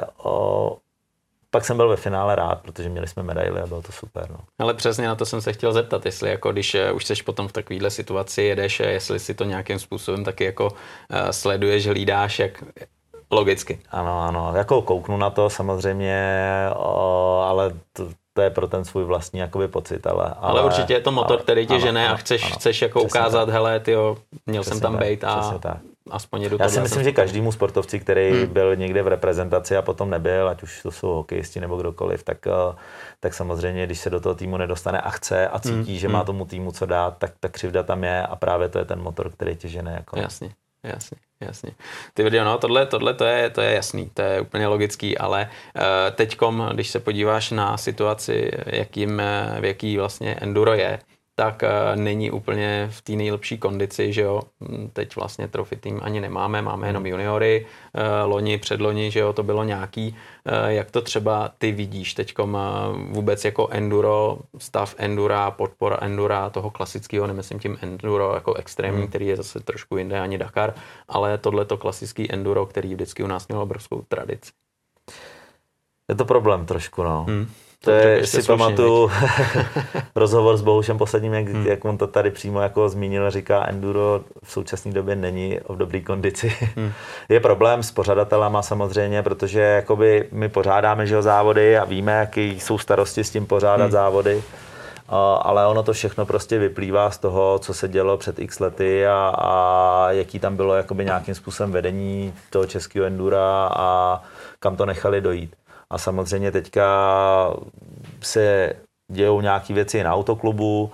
o, pak jsem byl ve finále rád, protože měli jsme medaily a bylo to super. No. Ale přesně na to jsem se chtěl zeptat, jestli jako když už seš potom v takovéhle situaci, jedeš, jestli si to nějakým způsobem taky jako uh, sleduješ, hlídáš, jak logicky. Ano, ano, jako kouknu na to samozřejmě, o, ale to, to je pro ten svůj vlastní jakoby pocit, ale... Ale, ale určitě je to motor, ale, který tě žene a chceš, ano, chceš jako ukázat, tak. hele, tyjo, měl přesně jsem tam bejt a aspoň jedu to. Já si myslím, že každému sportovci, který hmm. byl někde v reprezentaci a potom nebyl, ať už to jsou hokejisti nebo kdokoliv, tak, tak samozřejmě, když se do toho týmu nedostane a chce a cítí, hmm. že má tomu týmu co dát, tak ta křivda tam je a právě to je ten motor, který tě žene. Jako... Jasně. Jasně, jasně. Ty video, no, tohle, tohle to je, to je jasný, to je úplně logický, ale uh, teďkom, když se podíváš na situaci, jakým, v jaký vlastně enduro je, tak uh, není úplně v té nejlepší kondici, že jo, teď vlastně trophy tým ani nemáme, máme jenom juniory, uh, loni, předloni, že jo, to bylo nějaký, uh, jak to třeba ty vidíš teďkom uh, vůbec jako enduro, stav endura, podpora endura, toho klasického, nemyslím tím enduro jako extrémní, hmm. který je zase trošku jinde, ani Dakar, ale tohleto klasický enduro, který vždycky u nás měl obrovskou tradici. Je to problém trošku, no. Hmm. To je, si pamatuju rozhovor s Bohušem posledním, jak, hmm. jak on to tady přímo jako zmínil, říká, enduro v současné době není v dobré kondici. Hmm. Je problém s pořadatelama samozřejmě, protože jakoby my pořádáme že závody a víme, jaký jsou starosti s tím pořádat hmm. závody, ale ono to všechno prostě vyplývá z toho, co se dělo před x lety a, a jaký tam bylo jakoby nějakým způsobem vedení toho českého endura a kam to nechali dojít. A samozřejmě teďka se dějou nějaké věci na autoklubu,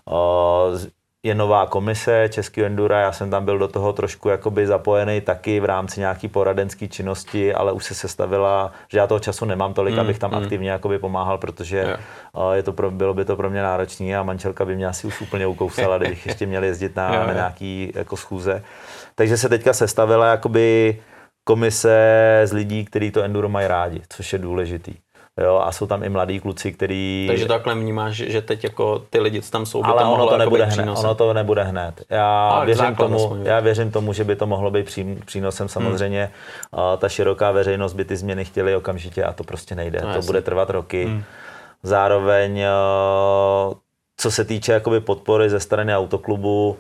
je nová komise Českého endura, já jsem tam byl do toho trošku jakoby zapojený taky v rámci nějaký poradenské činnosti, ale už se sestavila, že já toho času nemám tolik, mm, abych tam mm. aktivně jakoby pomáhal, protože yeah. je to pro, bylo by to pro mě náročné a manželka by mě asi už úplně ukousala, kdybych ještě měl jezdit na, yeah. na nějaký jako schůze. Takže se teďka sestavila jakoby komise z lidí, kteří to enduro mají rádi, což je důležitý. Jo, a jsou tam i mladí kluci, který... Takže takhle vnímáš, že teď jako ty lidi, co tam jsou, by ale to mohlo ono to nebude být hned, přínosem. ono to nebude hned. Já věřím, tomu, aspoň, já věřím tomu, že by to mohlo být přínosem. Samozřejmě hmm. ta široká veřejnost by ty změny chtěli okamžitě a to prostě nejde. No, to bude trvat roky. Hmm. Zároveň, co se týče jakoby podpory ze strany autoklubu,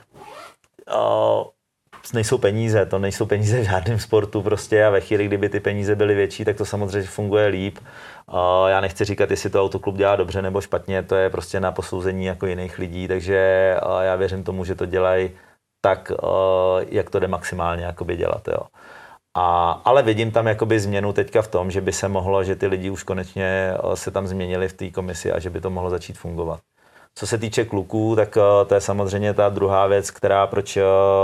nejsou peníze, to nejsou peníze v žádném sportu prostě a ve chvíli, kdyby ty peníze byly větší, tak to samozřejmě funguje líp. Já nechci říkat, jestli to autoklub dělá dobře nebo špatně, to je prostě na posouzení jako jiných lidí, takže já věřím tomu, že to dělají tak, jak to jde maximálně jakoby dělat. Jo. A, ale vidím tam jakoby změnu teďka v tom, že by se mohlo, že ty lidi už konečně se tam změnili v té komisi a že by to mohlo začít fungovat. Co se týče kluků, tak to je samozřejmě ta druhá věc, která proč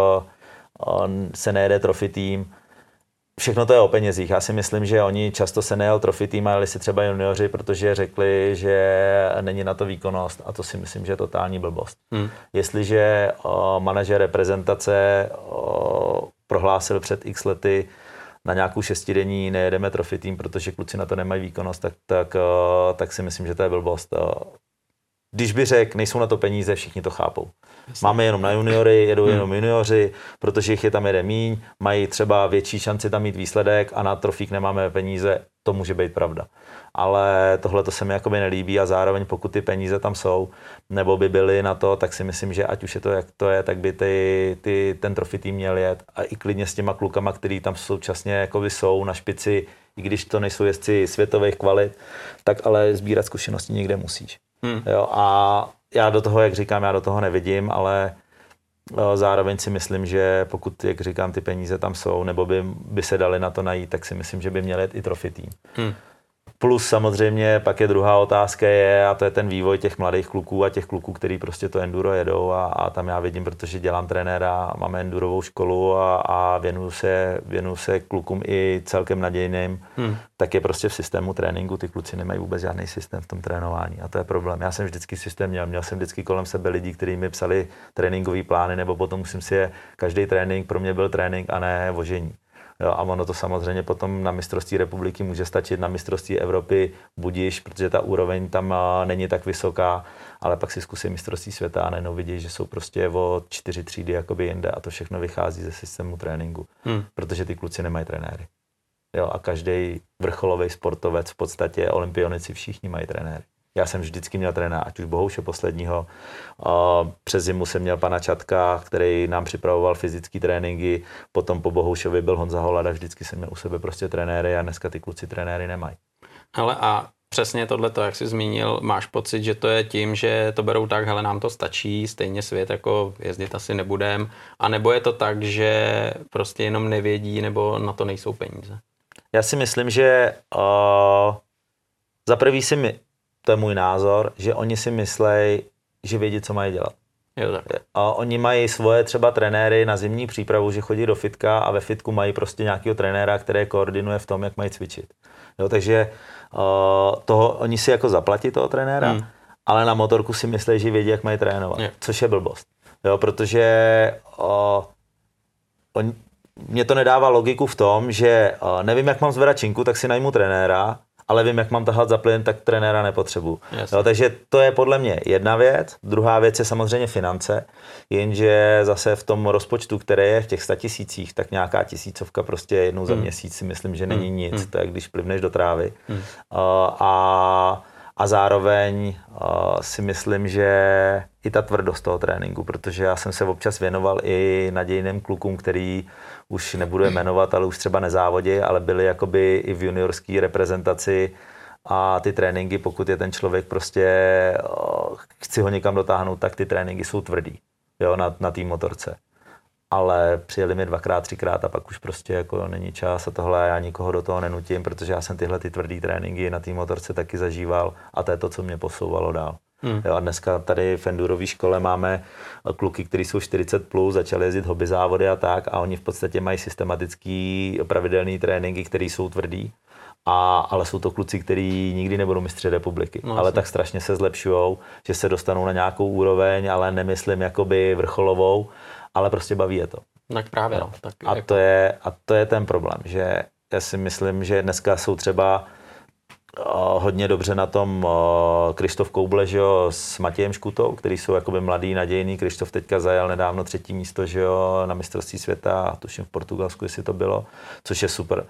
se nejede trophy tým. Všechno to je o penězích. Já si myslím, že oni často se nejel trophy tým, ale si třeba junioři, protože řekli, že není na to výkonnost a to si myslím, že je totální blbost. Hmm. Jestliže o, manažer reprezentace o, prohlásil před x lety na nějakou šestidenní nejedeme trophy tým, protože kluci na to nemají výkonnost, tak, tak, o, tak si myslím, že to je blbost. O, Když by řekl, nejsou na to peníze, všichni to chápou. Jasně. Máme jenom na juniory, jedou hmm. jenom junioři, protože jich je tam jede míň, mají třeba větší šanci tam mít výsledek a na trofík nemáme peníze, to může být pravda. Ale tohle to se mi jakoby nelíbí a zároveň pokud ty peníze tam jsou, nebo by byly na to, tak si myslím, že ať už je to, jak to je, tak by ty, ty, ten trophy tým měl jet a i klidně s těma klukama, který tam současně jakoby jsou na špici, i když to nejsou jezdci světových kvalit, tak ale sbírat zkušenosti někde musíš. Hmm. Jo, a já do toho, jak říkám, já do toho nevidím, ale zároveň si myslím, že pokud, jak říkám, ty peníze tam jsou, nebo by, by se dali na to najít, tak si myslím, že by měl jet i trophy tým. Hmm. Plus samozřejmě pak je druhá otázka je, a to je ten vývoj těch mladých kluků a těch kluků, který prostě to enduro jedou a, a tam já vidím, protože dělám trenéra, máme endurovou školu a, a věnuju se, věnuju se klukům i celkem nadějným, hmm. tak je prostě v systému tréninku, ty kluci nemají vůbec žádný systém v tom trénování a to je problém. Já jsem vždycky systém měl, měl jsem vždycky kolem sebe lidi, kteří mi psali tréninkový plány, nebo potom musím si je, každý trénink pro mě byl trénink a ne vožení. Jo, a ono to samozřejmě potom na mistrovství republiky může stačit, na mistrovství Evropy budíš, protože ta úroveň tam není tak vysoká, ale pak si zkusí mistrovství světa a najednou vidí, že jsou prostě o čtyři třídy jakoby jinde a to všechno vychází ze systému tréninku, hmm. protože ty kluci nemají trenéry. Jo, a každý vrcholový sportovec v podstatě, olympionici všichni mají trenéry. Já jsem vždycky měl trenéra, ať už Bohouše posledního. Přes zimu jsem měl pana Čatka, který nám připravoval fyzické tréninky. Potom po Bohoušovi byl Honza Holada, vždycky jsem měl u sebe prostě trenéry a dneska ty kluci trenéry nemají. Ale a přesně tohleto, jak jsi zmínil, máš pocit, že to je tím, že to berou tak, hele, nám to stačí, stejně svět jako jezdit asi nebudem, a nebo je to tak, že prostě jenom nevědí, nebo na to nejsou peníze? Já si myslím, že uh, za prvý si mi to je můj názor, že oni si myslejí, že vědí, co mají dělat. Jo, tak. A oni mají svoje třeba trenéry na zimní přípravu, že chodí do fitka a ve fitku mají prostě nějakého trenéra, který koordinuje v tom, jak mají cvičit. Jo, takže uh, toho, oni si jako zaplatí toho trenéra, hmm. ale na motorku si myslí, že vědí, jak mají trénovat, je. Což je blbost. Jo, protože uh, on, mě to nedává logiku v tom, že uh, nevím, jak mám zvedat činku, tak si najmu trenéra, ale vím, jak mám tahat za plyn, tak trenéra nepotřebuji. Jo, takže to je podle mě jedna věc. Druhá věc je samozřejmě finance, jenže zase v tom rozpočtu, který je v těch statisících, tak nějaká tisícovka prostě jednou za hmm. měsíc si myslím, že není hmm. nic. Hmm. To je, když plivneš do trávy. Hmm. Uh, a, a zároveň uh, si myslím, že i ta tvrdost toho tréninku, protože já jsem se občas věnoval i nadějným klukům, který už nebudu je jmenovat, ale už třeba nezávodí, ale byli jakoby i v juniorské reprezentaci a ty tréninky, pokud je ten člověk prostě, chci ho někam dotáhnout, tak ty tréninky jsou tvrdý, jo, na, na té motorce. Ale přijeli mi dvakrát, třikrát a pak už prostě jako není čas a tohle, já nikoho do toho nenutím, protože já jsem tyhle ty tvrdý tréninky na té motorce taky zažíval a to je to, co mě posouvalo dál. Hmm. Jo, a dneska tady v endurové škole máme kluky, kteří jsou čtyřicet plus, začali jezdit hobby závody a tak a oni v podstatě mají systematický pravidelný tréninky, které jsou tvrdý, a, ale jsou to kluci, kteří nikdy nebudou mistři republiky, no, ale tak strašně se zlepšujou, že se dostanou na nějakou úroveň, ale nemyslím jakoby vrcholovou, ale prostě baví je to. Tak právě. No. Tak a, jako... to je, a to je ten problém, že já si myslím, že dneska jsou třeba hodně dobře na tom Krištof Kouble, že jo, s Matějem Škutou, který jsou jakoby mladý, nadějný. Krištof teďka zajel nedávno třetí místo, že jo, na mistrovství světa, tuším v Portugalsku, jestli to bylo, což je super.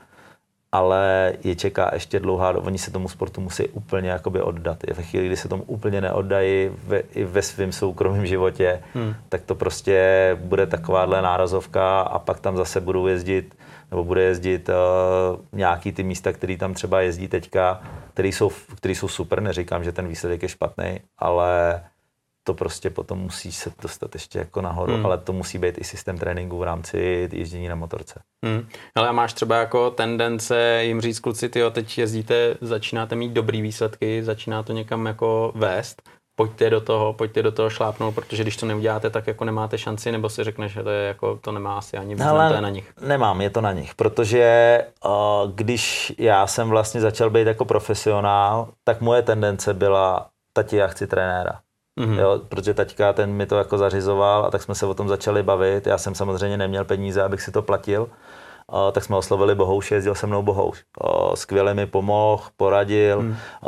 Ale je čeká ještě dlouhá doba, oni se tomu sportu musí úplně jakoby oddat. Ve chvíli, kdy se tomu úplně neoddají ve, i ve svém soukromém životě, hmm. tak to prostě bude takováhle nárazovka a pak tam zase budou jezdit, nebo bude jezdit uh, nějaký ty místa, který tam třeba jezdí teďka, který jsou, který jsou super, neříkám, že ten výsledek je špatný, ale to prostě potom musí se dostat ještě jako nahoru, hmm. ale to musí být i systém tréninku v rámci ježdění na motorce. Hmm. Ale a máš třeba jako tendence jim říct, kluci, tyjo, teď jezdíte, začínáte mít dobrý výsledky, začíná to někam jako vést, pojďte do toho, pojďte do toho šlápnout, protože když to neuděláte, tak jako nemáte šanci, nebo si řekneš, že to je jako, to nemá asi ani význam, to je na nich. Nemám, je to na nich, protože uh, když já jsem vlastně začal být jako profesionál, tak moje tendence byla, tati, já chci trenéra. Mm-hmm. Jo, protože taťka ten mi to jako zařizoval a tak jsme se o tom začali bavit. Já jsem samozřejmě neměl peníze, abych si to platil, uh, tak jsme oslovili Bohouše, jezdil se mnou Bohouš. Uh, skvěle mi pomohl, poradil, mm. uh,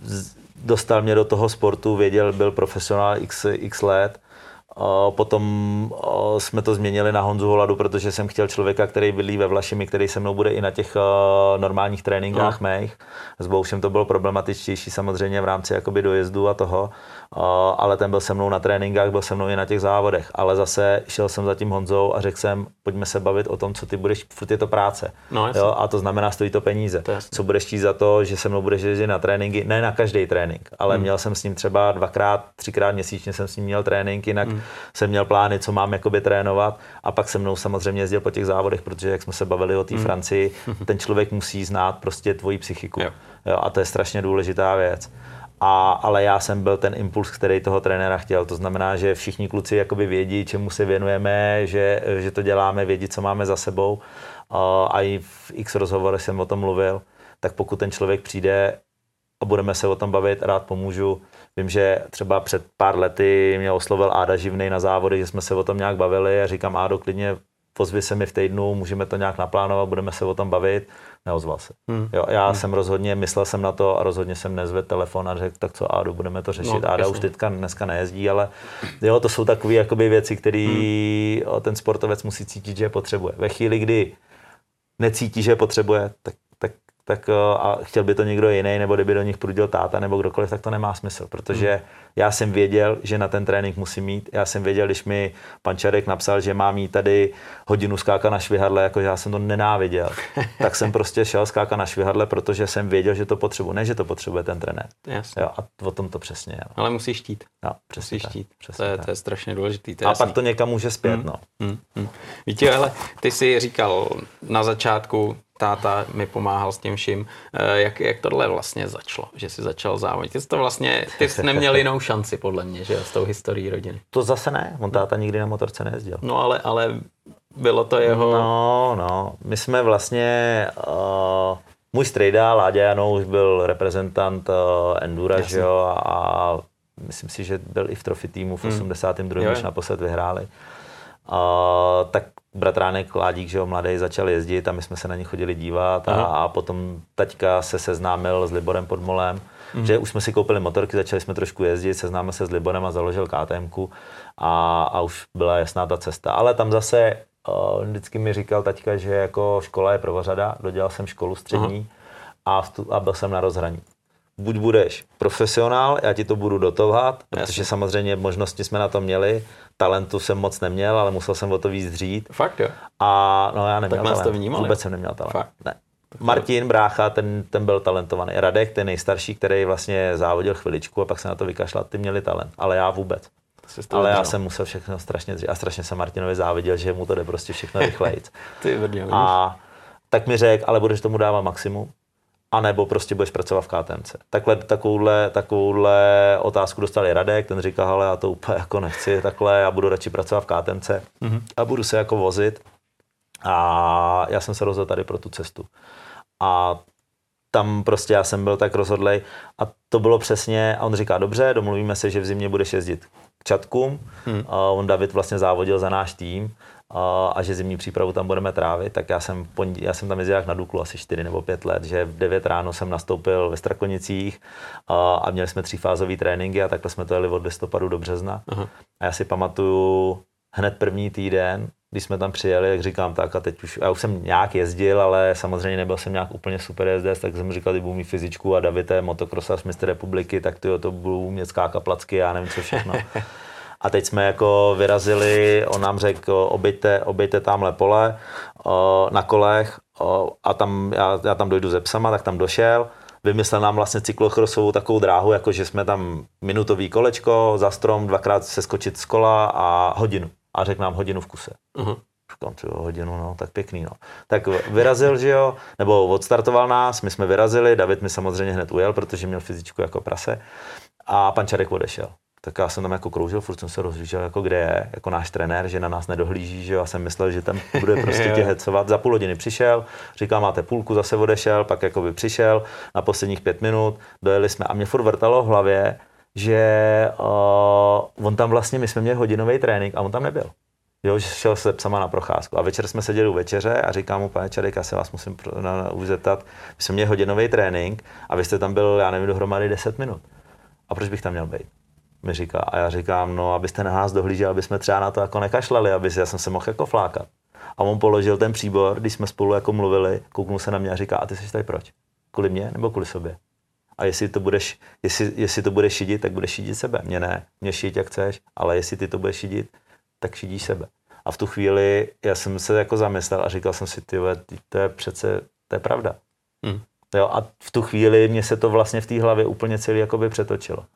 dostal mě do toho sportu, věděl, byl profesionál x, x let. Uh, potom uh, jsme to změnili na Honzu Holadu, protože jsem chtěl člověka, který bydlí ve Vlašimi, který se mnou bude i na těch uh, normálních tréninkách no. mých. S Boušem to bylo problematičtější samozřejmě v rámci jakoby dojezdu a toho, uh, ale ten byl se mnou na tréninkách, byl se mnou i na těch závodech. Ale zase šel jsem za tím Honzou a řekl jsem, pojďme se bavit o tom, co ty budeš, furt je to práce. No, jo? A to znamená, stojí to peníze. To co budeš chtít za to, že se mnou budeš jezdit na tréninky, ne na každý trénink, ale hmm. měl jsem s ním třeba dvakrát, třikrát měsíčně jsem s ním měl trénink, jinak hmm. jsem měl plány, co mám jakoby trénovat a pak se mnou samozřejmě jezdil po těch závodech, protože jak jsme se bavili o té mm. Francii, ten člověk musí znát prostě tvoji psychiku. Jo. Jo, a to je strašně důležitá věc. A, ale já jsem byl ten impuls, který toho trenéra chtěl. To znamená, že všichni kluci jakoby vědí, čemu se věnujeme, že, že to děláme, vědí, co máme za sebou. A i v x rozhovorech jsem o tom mluvil, tak pokud ten člověk přijde a budeme se o tom bavit, rád pomůžu. Vím, že třeba před pár lety mě oslovil Áda Živnej na závody, že jsme se o tom nějak bavili a říkám, Ádo, klidně pozvi se mi v týdnu, můžeme to nějak naplánovat, budeme se o tom bavit. Neozval se. Hmm. Jo, já hmm. jsem rozhodně, myslel jsem na to a rozhodně jsem nezvedl telefon a řekl, tak co Ádo, budeme to řešit. No, Áda jasný. Už teďka dneska nejezdí, ale jo, to jsou takové jakoby věci, které hmm. ten sportovec musí cítit, že je potřebuje. Ve chvíli, kdy necítí, že je potřebuje, tak tak a chtěl by to někdo jiný, nebo kdyby do nich prudil táta, nebo kdokoliv, tak to nemá smysl, protože hmm. já jsem věděl, že na ten trénink musím mít. Já jsem věděl, když mi pan Čarek napsal, že mám mít tady hodinu skákat na švihadle, jakože já jsem to nenáviděl, tak jsem prostě šel skákat na švihadle, protože jsem věděl, že to potřebuji, ne, že to potřebuje ten trenér. Jasně. Jo, a o tom to přesně je. Ale musíš chtít. No, přesně musíš chtít. Přesně to, je, tak. to je strašně důležitý. To a jasný. Pak to někam může zpět, hmm. no. Hmm. Hmm. Víte, ale ty jsi říkal na začátku, táta mi pomáhal s tím vším. Jak, jak tohle vlastně začalo, že jsi začal závodit? Ty jsi to vlastně, ty jsi neměl jinou šanci podle mě, že s tou historií rodiny. To zase ne, on táta nikdy na motorce nejezdil. No ale, ale bylo to jeho... No, no, my jsme vlastně, uh, můj strejda Láďa Janouš byl reprezentant uh, Endura, že jo, a myslím si, že byl i v Trophy týmu v hmm. osmdesátém druhém když naposled vyhráli. Uh, tak bratránek Ládík, že jo, mladý, začal jezdit a my jsme se na ně chodili dívat a, a potom taťka se seznámil s Liborem Podmolem, mm. že už jsme si koupili motorky, začali jsme trošku jezdit, seznámil se s Liborem a založil KTMku a, a už byla jasná ta cesta. Ale tam zase uh, vždycky mi říkal taťka, že jako škola je prvořada, dodělal jsem školu střední a, stu, a byl jsem na rozhraní. Buď budeš profesionál, já ti to budu dotovat, protože Jasně. samozřejmě možnosti jsme na to měli, talentu jsem moc neměl, ale musel jsem o to víc dřít. Fakt jo? A no já neměl tak talent, to vnímali. Vůbec jsem neměl talent. Fakt? Ne. Martin, brácha, ten, ten byl talentovaný. Radek, ten nejstarší, který vlastně závodil chviličku a pak se na to vykašlal, ty měli talent, ale já vůbec. Ale já jsem musel všechno strašně dřít a strašně jsem Martinovi záviděl, že mu to jde prostě všechno rychlejc. Ty vrděl, a tak mi řekl, ale budeš tomu dávat maximum. A nebo prostě budeš pracovat v K T M C. Takhle, takovouhle, takovouhle otázku dostal i Radek, ten říkal, ale já to úplně jako nechci takhle, já budu radši pracovat v K T M C mm-hmm. a budu se jako vozit. A já jsem se rozhodl tady pro tu cestu. A tam prostě já jsem byl tak rozhodlej a to bylo přesně, a on říká, dobře, domluvíme se, že v zimě budeš jezdit k Čatkům. Hmm. On David vlastně závodil za náš tým a, a že zimní přípravu tam budeme trávit, tak já jsem, pondí, já jsem tam jezdil jak na Duklu asi čtyři nebo pět let, že v devět ráno jsem nastoupil ve Strakonicích a, a měli jsme třífázový tréninky a takhle jsme to jeli od listopadu do března. Aha. A já si pamatuju hned první týden, když jsme tam přijeli, jak říkám tak a teď už, já už jsem nějak jezdil, ale samozřejmě nebyl jsem nějak úplně super jezdec, tak jsem říkal, že budu mít fyzičku a David je motokrosař mistr republiky, tak tyjo, to budu umět skákat placky, já nevím co všechno. A teď jsme jako vyrazili, on nám řekl, obejte, obejte tamhle pole o, na kolech o, a tam, já, já tam dojdu ze psama, tak tam došel. Vymyslel nám vlastně cyklocrossovou takovou dráhu, jako že jsme tam minutový kolečko, za strom, dvakrát se skočit z kola a hodinu. A řekl nám hodinu v kuse. Uh-huh. Říkám, čo, hodinu, no, tak pěkný, no. Tak vyrazil, že jo, nebo odstartoval nás, my jsme vyrazili, David mi samozřejmě hned ujel, protože měl fyzičku jako prase a pan Čarek odešel. Tak já jsem tam jako kroužil, furt jsem se rozhlížel, jako kde je, jako náš trenér, že na nás nedohlíží, že jo, já jsem myslel, že tam bude prostě tě hecovat. Za půl hodiny přišel, říkal, máte půlku, zase odešel, pak jako by přišel na posledních pět minut, dojeli jsme a mě furt vrtalo v hlavě, že uh, on tam vlastně, my jsme měli hodinový trénink a on tam nebyl. Jo, že šel se psama na procházku. A večer jsme seděli u večeře a říkám mu, pane Čarek, já se vás musím na, na, už zeptat, my jsme měli hodinový trénink a vy jste tam byl, já nevím, dohromady deset minut. A proč bych tam měl být? Mi říká. A já říkám, no, abyste na nás dohlíželi, aby jsme třeba na to jako nekašlali, aby já jsem se mohl jako flákat. A on položil ten příbor, když jsme spolu jako mluvili, kouknul se na mě a říká, a ty jsi tady proč? Kvůli mě nebo kvůli sobě? A jestli to budeš, jestli, jestli to budeš šidit, tak budeš šidit sebe. Mě ne, mě šidit jak chceš, ale jestli ty to budeš šidit, tak šidíš sebe. A v tu chvíli já jsem se jako zamyslel a říkal jsem si, ty to je přece, to je pravda. Hmm. Jo, a v tu chvíli mě se to vlastně v té hlavě úplně celý jakoby přetočilo.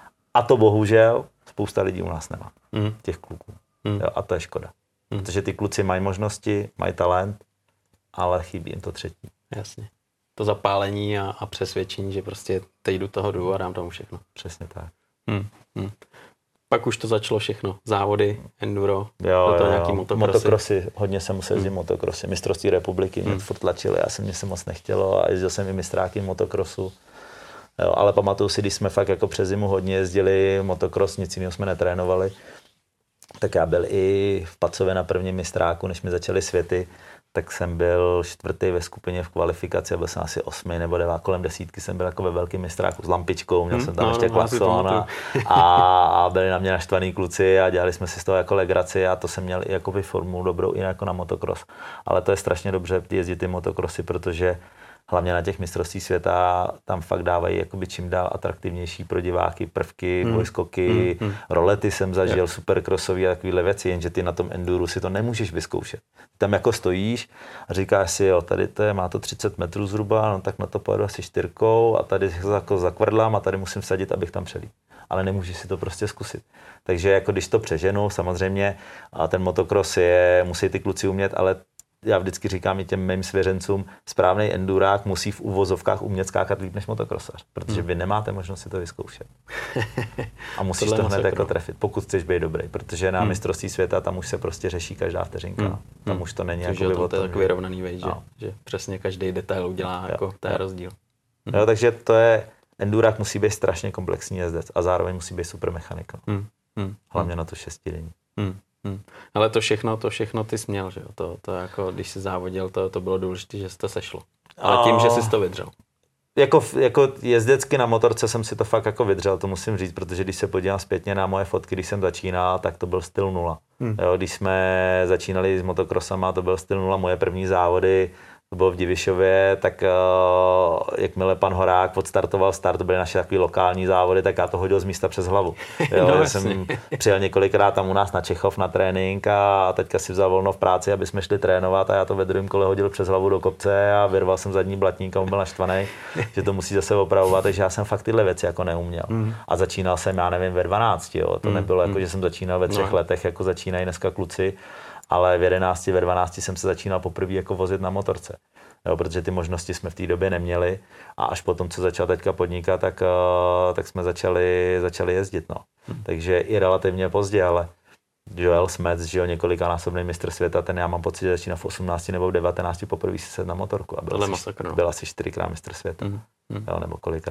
A to bohužel spousta lidí u nás nemá, hmm. těch kluků. Hmm. Jo, a to je škoda. Hmm. Protože ty kluci mají možnosti, mají talent, ale chybí jim to třetí. Jasně. To zapálení a, a přesvědčení, že prostě teď do toho jdu a dám tomu všechno. Přesně tak. Hmm. Hmm. Pak už to začalo všechno. Závody, enduro, jo, to jo, nějaký jo. motokrosy. Motokrosy, hodně jsem musel jezdit hmm. motokrosy. Mistrovství republiky mě hmm. furt tlačili, já jsem mě se moc nechtělo a jezdil jsem i mistráky motokrosu. Jo, ale pamatuju si, když jsme fakt jako přes zimu hodně jezdili motokros, nic jiného jsme netrénovali, tak já byl i v Pacově na prvním mistráku, než mi začaly světy, tak jsem byl čtvrtý ve skupině v kvalifikaci a byl jsem asi osmý nebo devátý, kolem desítky jsem byl jako ve velkém mistráku s lampičkou, měl hmm, jsem tam no, ještě klaxon a, a byli na mě naštvaný kluci a dělali jsme si z toho jako legraci a to jsem měl i jakoby formu dobrou i jako na motokros. Ale to je strašně dobře jezdit ty motokrosy, protože hlavně na těch mistrovství světa tam fakt dávají jakoby čím dál atraktivnější pro diváky prvky, hmm. dvojskoky, hmm. rolety jsem zažil, yep. supercrossový a takovýhle věci, jenže ty na tom enduru si to nemůžeš vyzkoušet. Tam jako stojíš a říkáš si, jo, tady to je, má to třicet metrů zhruba, no tak na to pojedu asi čtyřkou a tady jako zakvrdlám a tady musím vsadit, abych tam přelít. Ale nemůžeš si to prostě zkusit. Takže jako když to přeženu, samozřejmě a ten motocross je, musí ty kluci umět, ale já vždycky říkám i těm mým svěřencům, správný endurák musí v uvozovkách umět skákat líp než motokrosař, protože vy nemáte možnost si to vyzkoušet. A musíš to hned jako trefit, pokud chceš být dobrý, protože na hmm. mistrovství světa tam už se prostě řeší každá vteřinka. Hmm. Tam hmm. už to není jako to, to je takový rovnaný vejš, no. že, že přesně každý detail udělá jo, jako ten rozdíl. Hmm. Jo, takže to je, endurák musí být strašně komplexní jezdec a zároveň musí být super mechanik. Hmm. Hmm. Hlavně na to šestidenní. Hmm. Hmm. Ale to všechno, to všechno ty jsi měl, že jo? To, to jako, když jsi závodil, to, to bylo důležité, že se to sešlo. Ale tím, že jsi to vydřel. Jako, jako jezdecky na motorce jsem si to fakt jako vydřel, to musím říct, protože když se podívám zpětně na moje fotky, když jsem začínal, tak to byl styl nula. Hmm. Jo, když jsme začínali s motokrosama, to byl styl nula, moje první závody, to bylo v Divišově, tak uh, jakmile pan Horák odstartoval start, to byly naše takový lokální závody, tak já to hodil z místa přes hlavu. Jo, no, jsem přijel několikrát tam u nás na Čechov na trénink a teďka si vzal volno v práci, aby jsme šli trénovat a já to ve druhém kole hodil přes hlavu do kopce a vyrval jsem zadní blatník a on byl naštvaný, že to musí zase opravovat, takže já jsem fakt tyhle věci jako neuměl. Mm. A začínal jsem, já nevím, ve dvanácti, jo. To mm. nebylo jako, že jsem začínal ve třech no. letech, jako začínají dneska kluci. Ale v jedenácti, ve dvanácti jsem se začínal poprvé jako vozit na motorce. Jo, protože ty možnosti jsme v té době neměli a až potom, co začal teďka podnikat, tak, uh, tak jsme začali, začali jezdit. No. Hmm. Takže i relativně pozdě, ale Joel Smets, že jo, několikanásobný mistr světa, ten já mám pocit, že začínal v osmnácti nebo v devatenácti poprvé si sedl na motorku a byl, asi, byl asi čtyřikrát mistr světa. Hmm. Hmm. Jo, nebo kolikrát.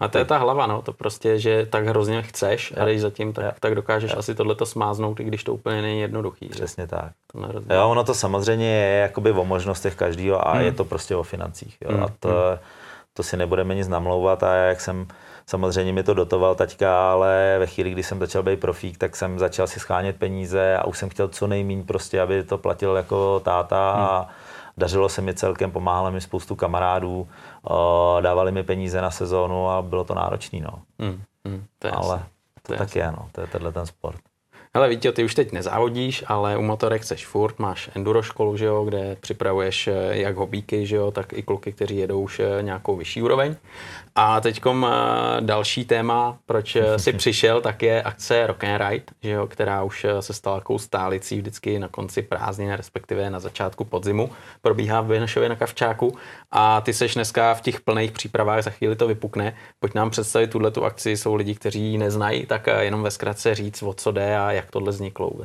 A to je ta hlava, no, to prostě, že tak hrozně chceš a když zatím, tak, tak dokážeš asi tohleto smáznout, i když to úplně není jednoduchý. Přesně že? tak. To jo, ono to samozřejmě je jakoby o možnostech každého a hmm. je to prostě o financích. Jo. Hmm. A to, to si nebudeme nic namlouvat a jak jsem, samozřejmě mi to dotoval taťka, ale ve chvíli, kdy jsem začal být profík, tak jsem začal si schánět peníze a už jsem chtěl co nejméně prostě, aby to platil jako táta hmm. a dařilo se mi celkem, pomáhalo mi spoustu kamarádů, dávali mi peníze na sezónu a bylo to náročný, no. Hmm, hmm, to je ale jasný. to, to je tak jasný. je, no, to je tenhle ten sport. Hele, Víťo, ty už teď nezávodíš, ale u motorek seš furt, máš enduro školu, že jo, kde připravuješ jak hobíky, že jo, tak i kluky, kteří jedou už nějakou vyšší úroveň. A teďkom další téma, proč jsi přišel, tak je akce Rock and Ride, že jo, která už se stala takovou stálicí vždycky na konci prázdnin, respektive na začátku podzimu. Probíhá v Benešově na Kavčáku a ty seš dneska v těch plných přípravách, za chvíli to vypukne. Pojď nám představit tuhletu akci, jsou lidi, kteří ji neznají, tak jenom ve zkratce říct, o co jde a jak tohle vzniklo vůbec.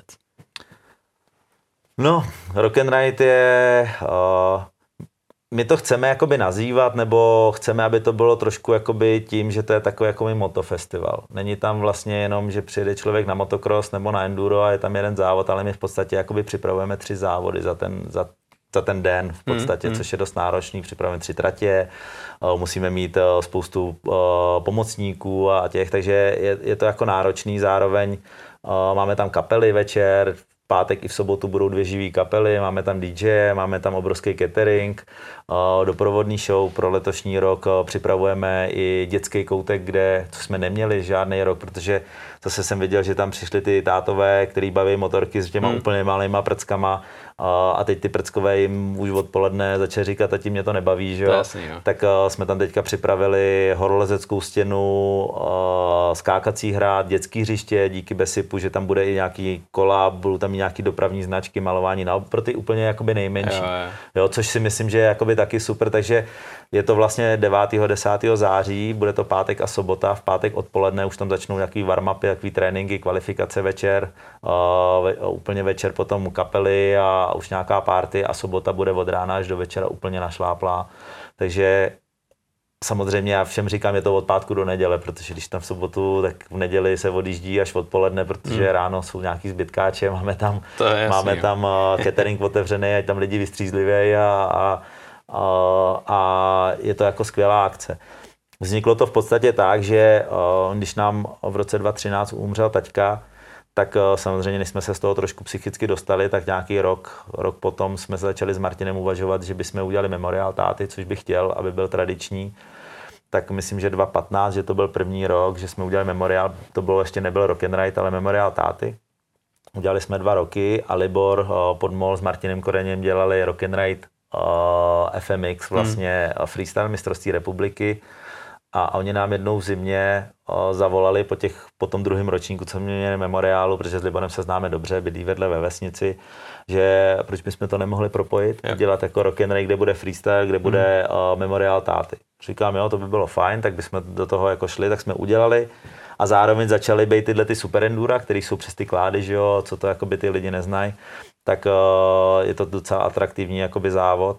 No, Rock and Ride je... Uh... My to chceme jakoby nazývat, nebo chceme, aby to bylo trošku jakoby tím, že to je takový jakoby motofestival. Není tam vlastně jenom, že přijede člověk na motocross nebo na enduro a je tam jeden závod, ale my v podstatě jakoby připravujeme tři závody za ten, za, za ten den v podstatě, hmm, což je dost náročný. Připravujeme tři tratě, musíme mít spoustu pomocníků a těch, takže je, je to jako náročný. Zároveň máme tam kapely večer, v pátek i v sobotu budou dvě živý kapely, máme tam dý džej, máme tam obrovský catering, doprovodný show pro letošní rok, připravujeme i dětský koutek, kde co jsme neměli žádný rok, protože zase jsem viděl, že tam přišli ty tátové, který baví motorky s těma hmm. úplně malýma prckama a teď ty prckové jim už odpoledne začali říkat, a tím mě to nebaví, že jo? Jasný, jo. Tak jsme tam teďka připravili horolezeckou stěnu, skákací hrad, dětský hřiště, díky Besipu, že tam bude i nějaký kola, budou tam i nějaký dopravní značky, malování na, pro ty úplně jakoby nejmenší, jo, jo. Jo, což si myslím, že je jakoby taky super, takže je to vlastně devátého desátého září, bude to pátek a sobota, v pátek odpoledne už tam začnou nějaký warm-upy, nějaký tréninky, kvalifikace večer, uh, úplně večer potom kapely a už nějaká party a sobota bude od rána až do večera úplně našláplá, takže samozřejmě já všem říkám, je to od pátku do neděle, protože když tam v sobotu, tak v neděli se odjíždí až odpoledne, protože hmm. ráno jsou nějaký zbytkáče, máme tam, jasný, máme jo. tam uh, catering otevřený, ať tam lidi vystřízlivějí a, a, a, a je to jako skvělá akce. Vzniklo to v podstatě tak, že uh, když nám v roce dva tisíce třináct umřel taťka, tak uh, samozřejmě, než jsme se z toho trošku psychicky dostali, tak nějaký rok, rok potom jsme začali s Martinem uvažovat, že bychom udělali memoriál táty, což bych chtěl, aby byl tradiční. Tak myslím, že dva tisíce patnáct, že to byl první rok, že jsme udělali memoriál, to bylo ještě nebyl Rock and Ride, ale memoriál táty. Udělali jsme dva roky a Libor uh, Podmol s Martinem Koreněm dělali Rock and Ride uh, F M X, vlastně hmm. freestyle mistrovství republiky. A oni nám jednou v zimě o, zavolali po, těch, po tom druhém ročníku, co jsme měli memoriálu, protože s Libonem se známe dobře, bydlí vedle ve vesnici, že proč bychom to nemohli propojit, yeah. dělat jako Rock and Ride, kde bude freestyle, kde bude mm. o, memoriál táty. Říkám, jo, to by bylo fajn, tak bychom do toho jako šli, tak jsme udělali a zároveň začaly být tyhle ty super endura, které jsou přes ty klády, že jo, co to jakoby ty lidi neznají. Tak je to docela atraktivní jakoby závod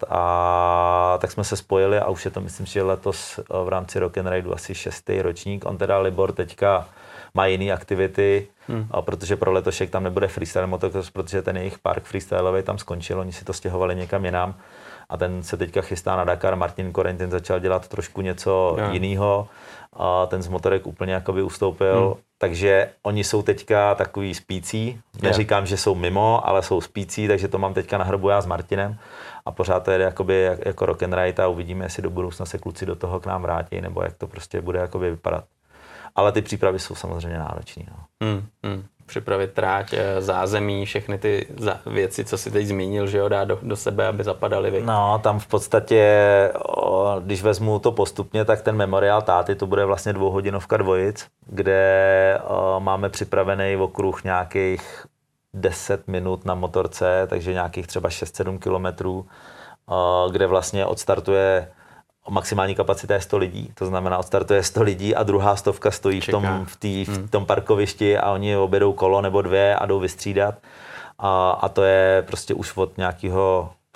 a tak jsme se spojili a už je to, myslím, že letos v rámci Rock and Rideu asi šestý ročník. On teda Libor teďka má jiné aktivity, hmm. protože pro letošek tam nebude freestyle motocross, protože ten jejich park freestyleový tam skončil, oni si to stěhovali někam jinam a ten se teďka chystá na Dakar. Martin Koreň, ten začal dělat trošku něco yeah. jiného a ten z motorek úplně jakoby ustoupil. Hmm. Takže oni jsou teďka takový spící, neříkám, že jsou mimo, ale jsou spící, takže to mám teďka na hrbu já s Martinem a pořád to jede jakoby jako Rock and Ride a uvidíme, jestli do budoucna se kluci do toho k nám vrátí, nebo jak to prostě bude jakoby vypadat. Ale ty přípravy jsou samozřejmě náročné. No. Hmm, hmm. Připravit tráť, zázemí, všechny ty věci, co si teď zmínil, že jo, dá do, do sebe, aby zapadaly. Vy. No, tam v podstatě, když vezmu to postupně, tak ten memoriál táty, to bude vlastně dvouhodinovka dvojic, kde máme připravený okruh nějakých deset minut na motorce, takže nějakých třeba šest sedm kilometrů, kde vlastně odstartuje maximální kapacita je sto lidí, to znamená odstartuje sto lidí a druhá stovka stojí v tom, v, tý, v tom parkovišti a oni objedou kolo nebo dvě a jdou vystřídat a, a to je prostě už od nějakého v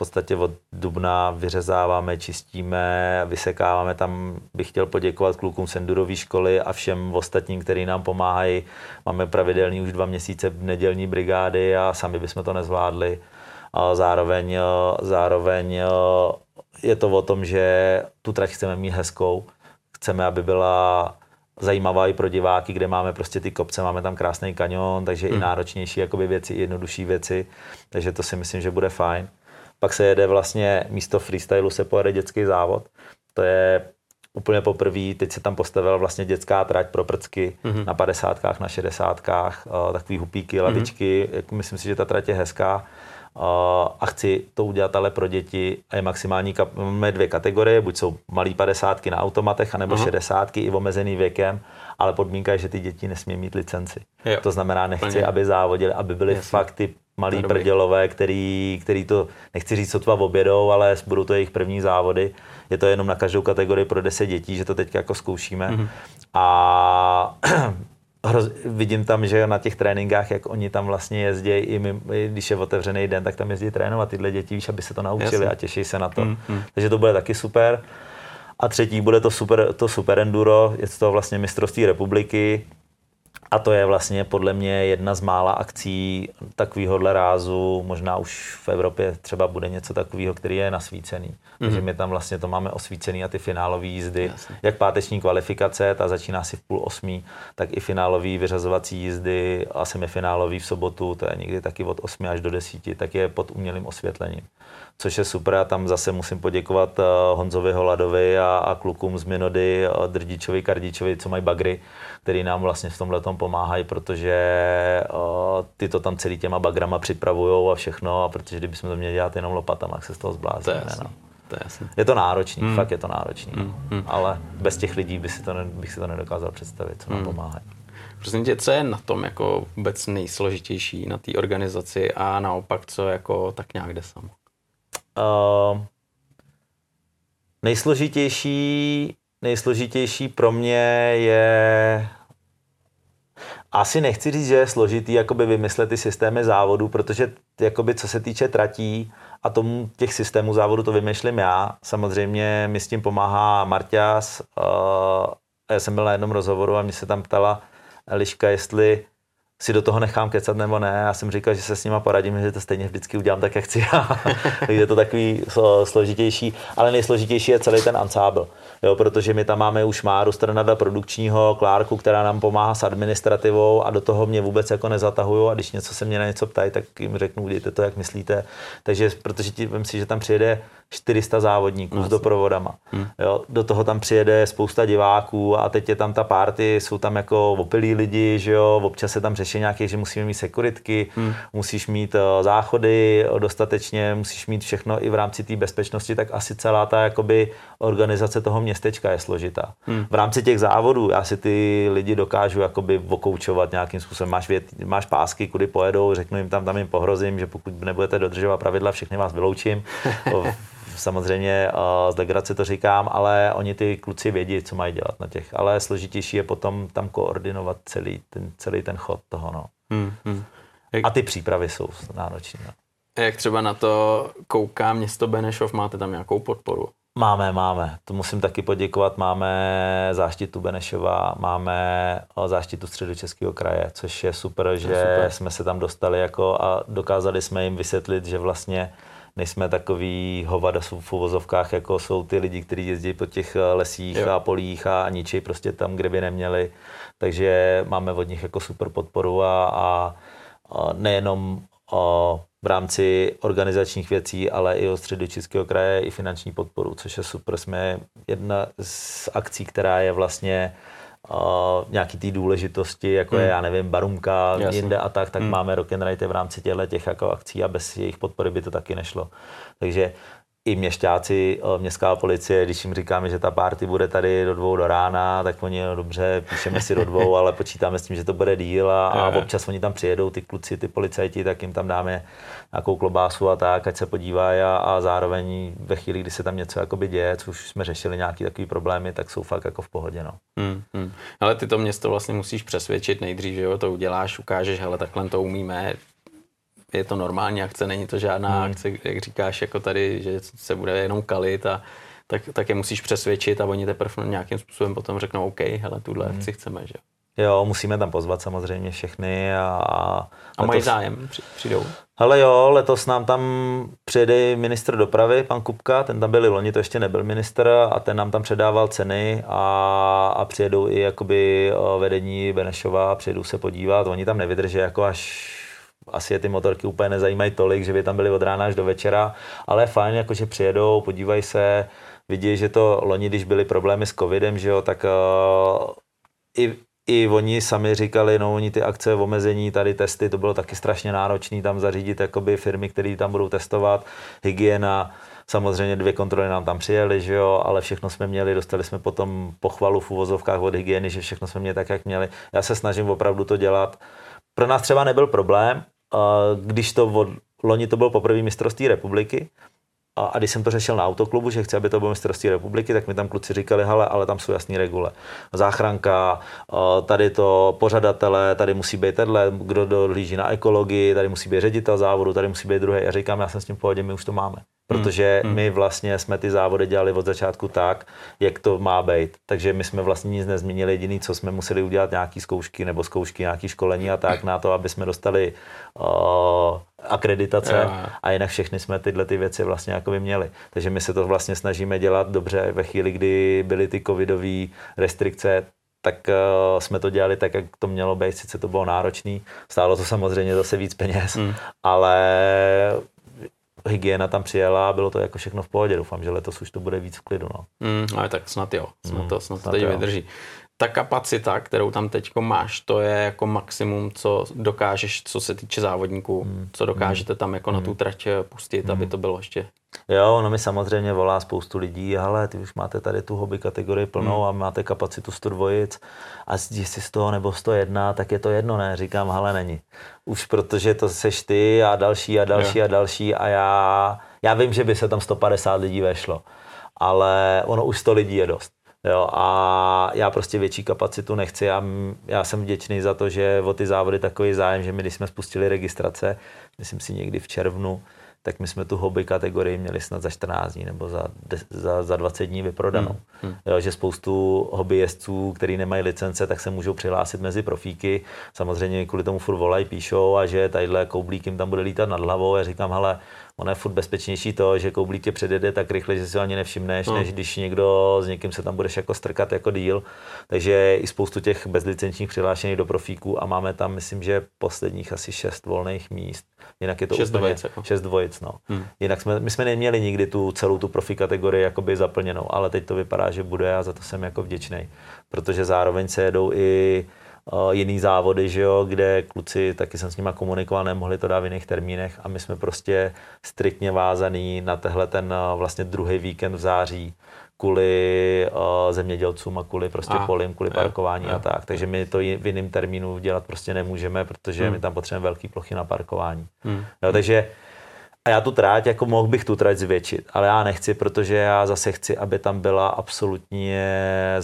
podstatě od dubna vyřezáváme, čistíme, vysekáváme. Tam bych chtěl poděkovat klukům z endurové školy a všem ostatním, kteří nám pomáhají. Máme pravidelný už dva měsíce nedělní brigády a sami bychom to nezvládli. A zároveň, zároveň je to o tom, že tu trať chceme mít hezkou. Chceme, aby byla zajímavá i pro diváky, kde máme prostě ty kopce, máme tam krásný kanion, takže hmm. i náročnější jakoby věci, i jednodušší věci, takže to si myslím, že bude fajn. Pak se jede vlastně, místo freestylu se pojede dětský závod, to je úplně poprvé, teď se tam postavila vlastně dětská trať pro prcky hmm. na padesátkách, na šedesátkách, takový hupíky, lavičky, hmm. myslím si, že ta trať je hezká. A chci to udělat ale pro děti a je maximální, máme dvě kategorie, buď jsou malý padesátky na automatech, anebo uh-huh. šedesátky i omezený věkem, ale podmínka je, že ty děti nesmí mít licenci. Jo. To znamená, nechci, Plně. aby závodili, aby byly Jasně. fakt ty malý prdělové, který, který to, nechci říct sotva obědou, ale budou to jejich první závody. Je to jenom na každou kategorii pro deset dětí, že to teď jako zkoušíme. Uh-huh. A Hroz, vidím tam, že na těch tréninkách, jak oni tam vlastně jezdí, i, my, i když je otevřený den, tak tam jezdí trénovat tyhle děti, víš, aby se to naučili Jasně. a těší se na to. Mm, mm. Takže to bude taky super. A třetí bude to super, to super enduro, je to vlastně mistrovství republiky. A to je vlastně podle mě jedna z mála akcí takovýhohle rázu, možná už v Evropě třeba bude něco takového, který je nasvícený. Mm. Takže my tam vlastně to máme osvícený a ty finálové jízdy, Jasně. jak páteční kvalifikace, ta začíná si v půl osmí, tak i finálové vyřazovací jízdy a semifinálový v sobotu, to je někdy taky od osmi až do desíti, tak je pod umělým osvětlením. Což je super a tam zase musím poděkovat Honzovi Holadovi a, a klukům z Minody, Drdičovi, Kardičovi, co mají bagry, který nám vlastně v tomhletom pomáhají, protože o, ty to tam celý těma bagrama připravujou a všechno, a protože kdybychom to měli dělat jenom lopatama, tak se z toho zblázníme. No. To je, jasný. je to náročný, mm. fakt je to náročný, mm. Mm. ale bez těch lidí by si to ne, bych si to nedokázal představit, co nám mm. pomáhají. Prosím tě, co je na tom jako vůbec nejsložitější na té organizaci a naopak, co jako tak nějak jde samo? Uh, nejsložitější, nejsložitější pro mě je, asi nechci říct, že je složitý jakoby vymyslet ty systémy závodu, protože jakoby, co se týče tratí a tomu těch systémů závodu, to vymýšlím já. Samozřejmě mi s tím pomáhá Marťas. Uh, já jsem byl na jednom rozhovoru a mě se tam ptala Eliška, jestli si do toho nechám kecat nebo ne. Já jsem říkal, že se s nima poradím, že to stejně vždycky udělám tak, jak chci já. Takže je to takový složitější, ale nejsložitější je celý ten ansábl. Jo, protože my tam máme už Máru Strnada produkčního, Klárku, která nám pomáhá s administrativou a do toho mě vůbec jako nezatahují a když něco se mě na něco ptají, tak jim řeknu, udějte to, jak myslíte. Takže protože ti vem si, že tam přijede čtyři sta závodníků no, s doprovodama. Hmm. Jo, do toho tam přijede spousta diváků a teď je tam ta party, jsou tam jako opilí lidi, že jo, občas se tam řeší nějaké, že musíme mít sekuritky, hmm. musíš mít uh, záchody dostatečně, musíš mít všechno i v rámci té bezpečnosti, tak asi celá ta jakoby organizace toho městečka je složitá. Hmm. V rámci těch závodů já si ty lidi dokážu jakoby okoučovat nějakým způsobem. Máš, vět, máš pásky, kudy pojedou, řeknu jim tam, tam jim pohrozím, že pokud nebudete dodržovat pravidla, všechny vás vyloučím. Samozřejmě z legrace to říkám, ale oni ty kluci vědí, co mají dělat na těch. Ale složitější je potom tam koordinovat celý ten, celý ten chod toho. No. Hmm, hmm. Jak... A ty přípravy jsou náročné. No. Jak třeba na to kouká město Benešov, máte tam nějakou podporu? Máme, máme. To musím taky poděkovat. Máme záštitu Benešova, máme záštitu Středočeského kraje, což je super, že super. Jsme se tam dostali jako a dokázali jsme jim vysvětlit, že vlastně nejsme takový hovada v uvozovkách, jako jsou ty lidi, kteří jezdí po těch lesích jo. a polích a ničí prostě tam, kde by neměli. Takže máme od nich jako super podporu a, a, a nejenom a v rámci organizačních věcí, ale i od Středočeského kraje i finanční podporu, což je super. Jsme jedna z akcí, která je vlastně uh, nějaký té důležitosti, jako hmm. je, já nevím, Barumka, Jasně. jinde a tak, tak hmm. máme Rock and Ride v rámci těchto těch jako akcí a bez jejich podpory by to taky nešlo. Takže i měšťáci, městská policie, když jim říkáme, že ta party bude tady do dvou do rána, tak oni, no dobře, píšeme si do dvou, ale počítáme s tím, že to bude díl a, a občas oni tam přijedou, ty kluci, ty policajti, tak jim tam dáme nějakou klobásu a tak, ať se podívají a, a zároveň ve chvíli, kdy se tam něco jakoby děje, co už jsme řešili nějaký takový problémy, tak jsou fakt jako v pohodě, no. Hmm, hmm. Ale ty to město vlastně musíš přesvědčit nejdřív, že jo, to uděláš, ukážeš, hele, takhle to umíme. je to normální akce, není to žádná hmm. akce, jak říkáš, jako tady, že se bude jenom kalit a tak, tak je musíš přesvědčit a oni teprve nějakým způsobem potom řeknou OK, hele, tuhle hmm. akci chceme, že jo, musíme tam pozvat samozřejmě všechny a... A letos... mají zájem, přijdou? Hele jo, letos nám tam přijede ministr dopravy, pan Kupka, ten tam byl i loni, to ještě nebyl ministr a ten nám tam předával ceny a, a přijedou i jakoby vedení Benešova, přijedou se podívat, oni tam nevydrží jako až... Asi je ty motorky úplně nezajímají tolik, že by tam byli od rána až do večera, ale je fajn, jakože přijedou, podívají se, vidí, že to loni, když byly problémy s covidem, že jo, tak uh, i I oni sami říkali, no oni ty akce omezení, tady testy, to bylo taky strašně náročné tam zařídit jakoby firmy, které tam budou testovat, hygiena, samozřejmě dvě kontroly nám tam přijeli, že jo, ale všechno jsme měli, dostali jsme potom pochvalu v uvozovkách od hygieny, že všechno jsme měli tak, jak měli. Já se snažím opravdu to dělat. Pro nás třeba nebyl problém, když to od loni to bylo poprvé mistrovství republiky, A, a když jsem to řešil na autoklubu, že chci, aby to bylo mistrovství republiky, tak mi tam kluci říkali, hele, ale tam jsou jasný regule. Záchranka, tady to pořadatele, tady musí být tenhle, kdo dohlíží na ekologii, tady musí být ředitel závodu, tady musí být druhý. Já říkám, já jsem s tím v pohodě, my už to máme. Protože hmm. my vlastně jsme ty závody dělali od začátku tak, jak to má být. Takže my jsme vlastně nic nezměnili, jediný, co jsme museli udělat nějaký zkoušky nebo zkoušky, nějaký školení a tak na to, aby jsme dostali uh, akreditace yeah. a jinak všechny jsme tyhle ty věci vlastně jako by měli. Takže my se to vlastně snažíme dělat dobře ve chvíli, kdy byly ty covidové restrikce, tak uh, jsme to dělali tak, jak to mělo být, sice to bylo náročný, stálo to samozřejmě zase víc peněz, mm. ale hygiena tam přijela a bylo to jako všechno v pohodě. Doufám, že letos už to bude víc v klidu. No. Mm, ale tak snad jo, snad to, snad to teď vydrží. Ta kapacita, kterou tam teďko máš, to je jako maximum, co dokážeš, co se týče závodníků, mm. co dokážete tam jako mm. na tu trať pustit, mm. aby to bylo ještě... Jo, no mi samozřejmě volá spoustu lidí, hele, ty už máte tady tu hobby kategorii plnou mm. a máte kapacitu sto dvojic a jestli sto nebo sto jedna, tak je to jedno, ne? Říkám, hele, není. Už protože to seš ty a další a další jo. a další a já, já vím, že by se tam sto padesát lidí vešlo, ale ono už sto lidí je dost. Jo, a já prostě větší kapacitu nechci. Já, já jsem vděčný za to, že o ty závody takový zájem, že my, když jsme spustili registrace, myslím si někdy v červnu, tak my jsme tu hobby kategorii měli snad za čtrnáct dní nebo za, za, za dvacet dní vyprodanou. Hmm. Jo, že spoustu hobbyjezdců, který nemají licence, tak se můžou přihlásit mezi profíky. Samozřejmě kvůli tomu furt volají, píšou a že tadyhle koublík jim tam bude lítat nad hlavou. Já říkám, hele, ono je furt bezpečnější to, že koublík tě předjede tak rychle, že si ho ani nevšimneš, hmm. než když někdo s někým se tam budeš jako strkat jako díl. Takže i spoustu těch bezlicenčních přihlášených do profíků a máme tam, myslím, že posledních asi šest volných míst. Jinak je to šest úplně dvojic, jako. šest dvojic, no. Hmm. Jinak jsme, my jsme neměli nikdy tu celou tu profi kategorii jakoby zaplněnou, ale teď to vypadá, že bude a za to jsem jako vděčný, protože zároveň se jedou i uh, jiný závody, že jo, kde kluci, taky jsem s nima komunikoval, nemohli to dát v jiných termínech a my jsme prostě striktně vázaný na tehle ten uh, vlastně druhý víkend v září kvůli uh, zemědělcům a kvůli prostě a, polím, kvůli parkování je, a tak. Takže my to v jiném termínu dělat prostě nemůžeme, protože hmm. my tam potřebujeme velké plochy na parkování. Hmm. Jo, takže a já tu trať, jako mohl bych tu trať zvětšit, ale já nechci, protože já zase chci, aby tam byla absolutně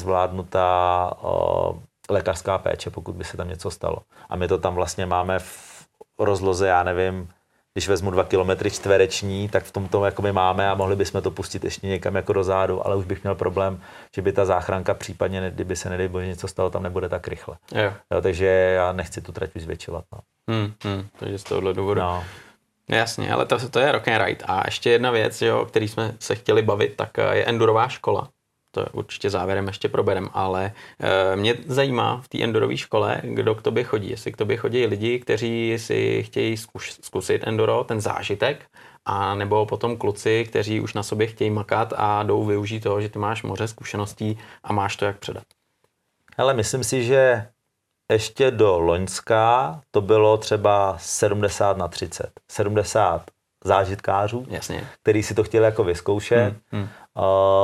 zvládnutá uh, lékařská péče, pokud by se tam něco stalo. A my to tam vlastně máme v rozloze, já nevím, když vezmu dva kilometry čtvereční, tak v tom to jakoby máme a mohli bychom to pustit ještě někam jako do zádu, ale už bych měl problém, že by ta záchranka případně, kdyby se nedej bože něco stalo, tam nebude tak rychle. Jo. Jo, takže já nechci tu trať zvětšovat. No. Hmm, hmm, takže z tohohle důvodu. No. Jasně, ale to, to je rock and ride. A ještě jedna věc, jo, o který jsme se chtěli bavit, tak je endurová škola. To určitě závěrem ještě proberem, ale e, mě zajímá v té endurové škole, kdo k tobě chodí. Jestli k tobě chodí lidi, kteří si chtějí zkuš, zkusit enduro, ten zážitek, a nebo potom kluci, kteří už na sobě chtějí makat a jdou využít toho, že ty máš moře zkušeností a máš to jak předat. Hele, myslím si, že ještě do loňska to bylo třeba sedmdesát na třicet. sedmdesát zážitkářů, jasně, který si to chtěli jako vyzkoušet. Hmm, hmm. Uh,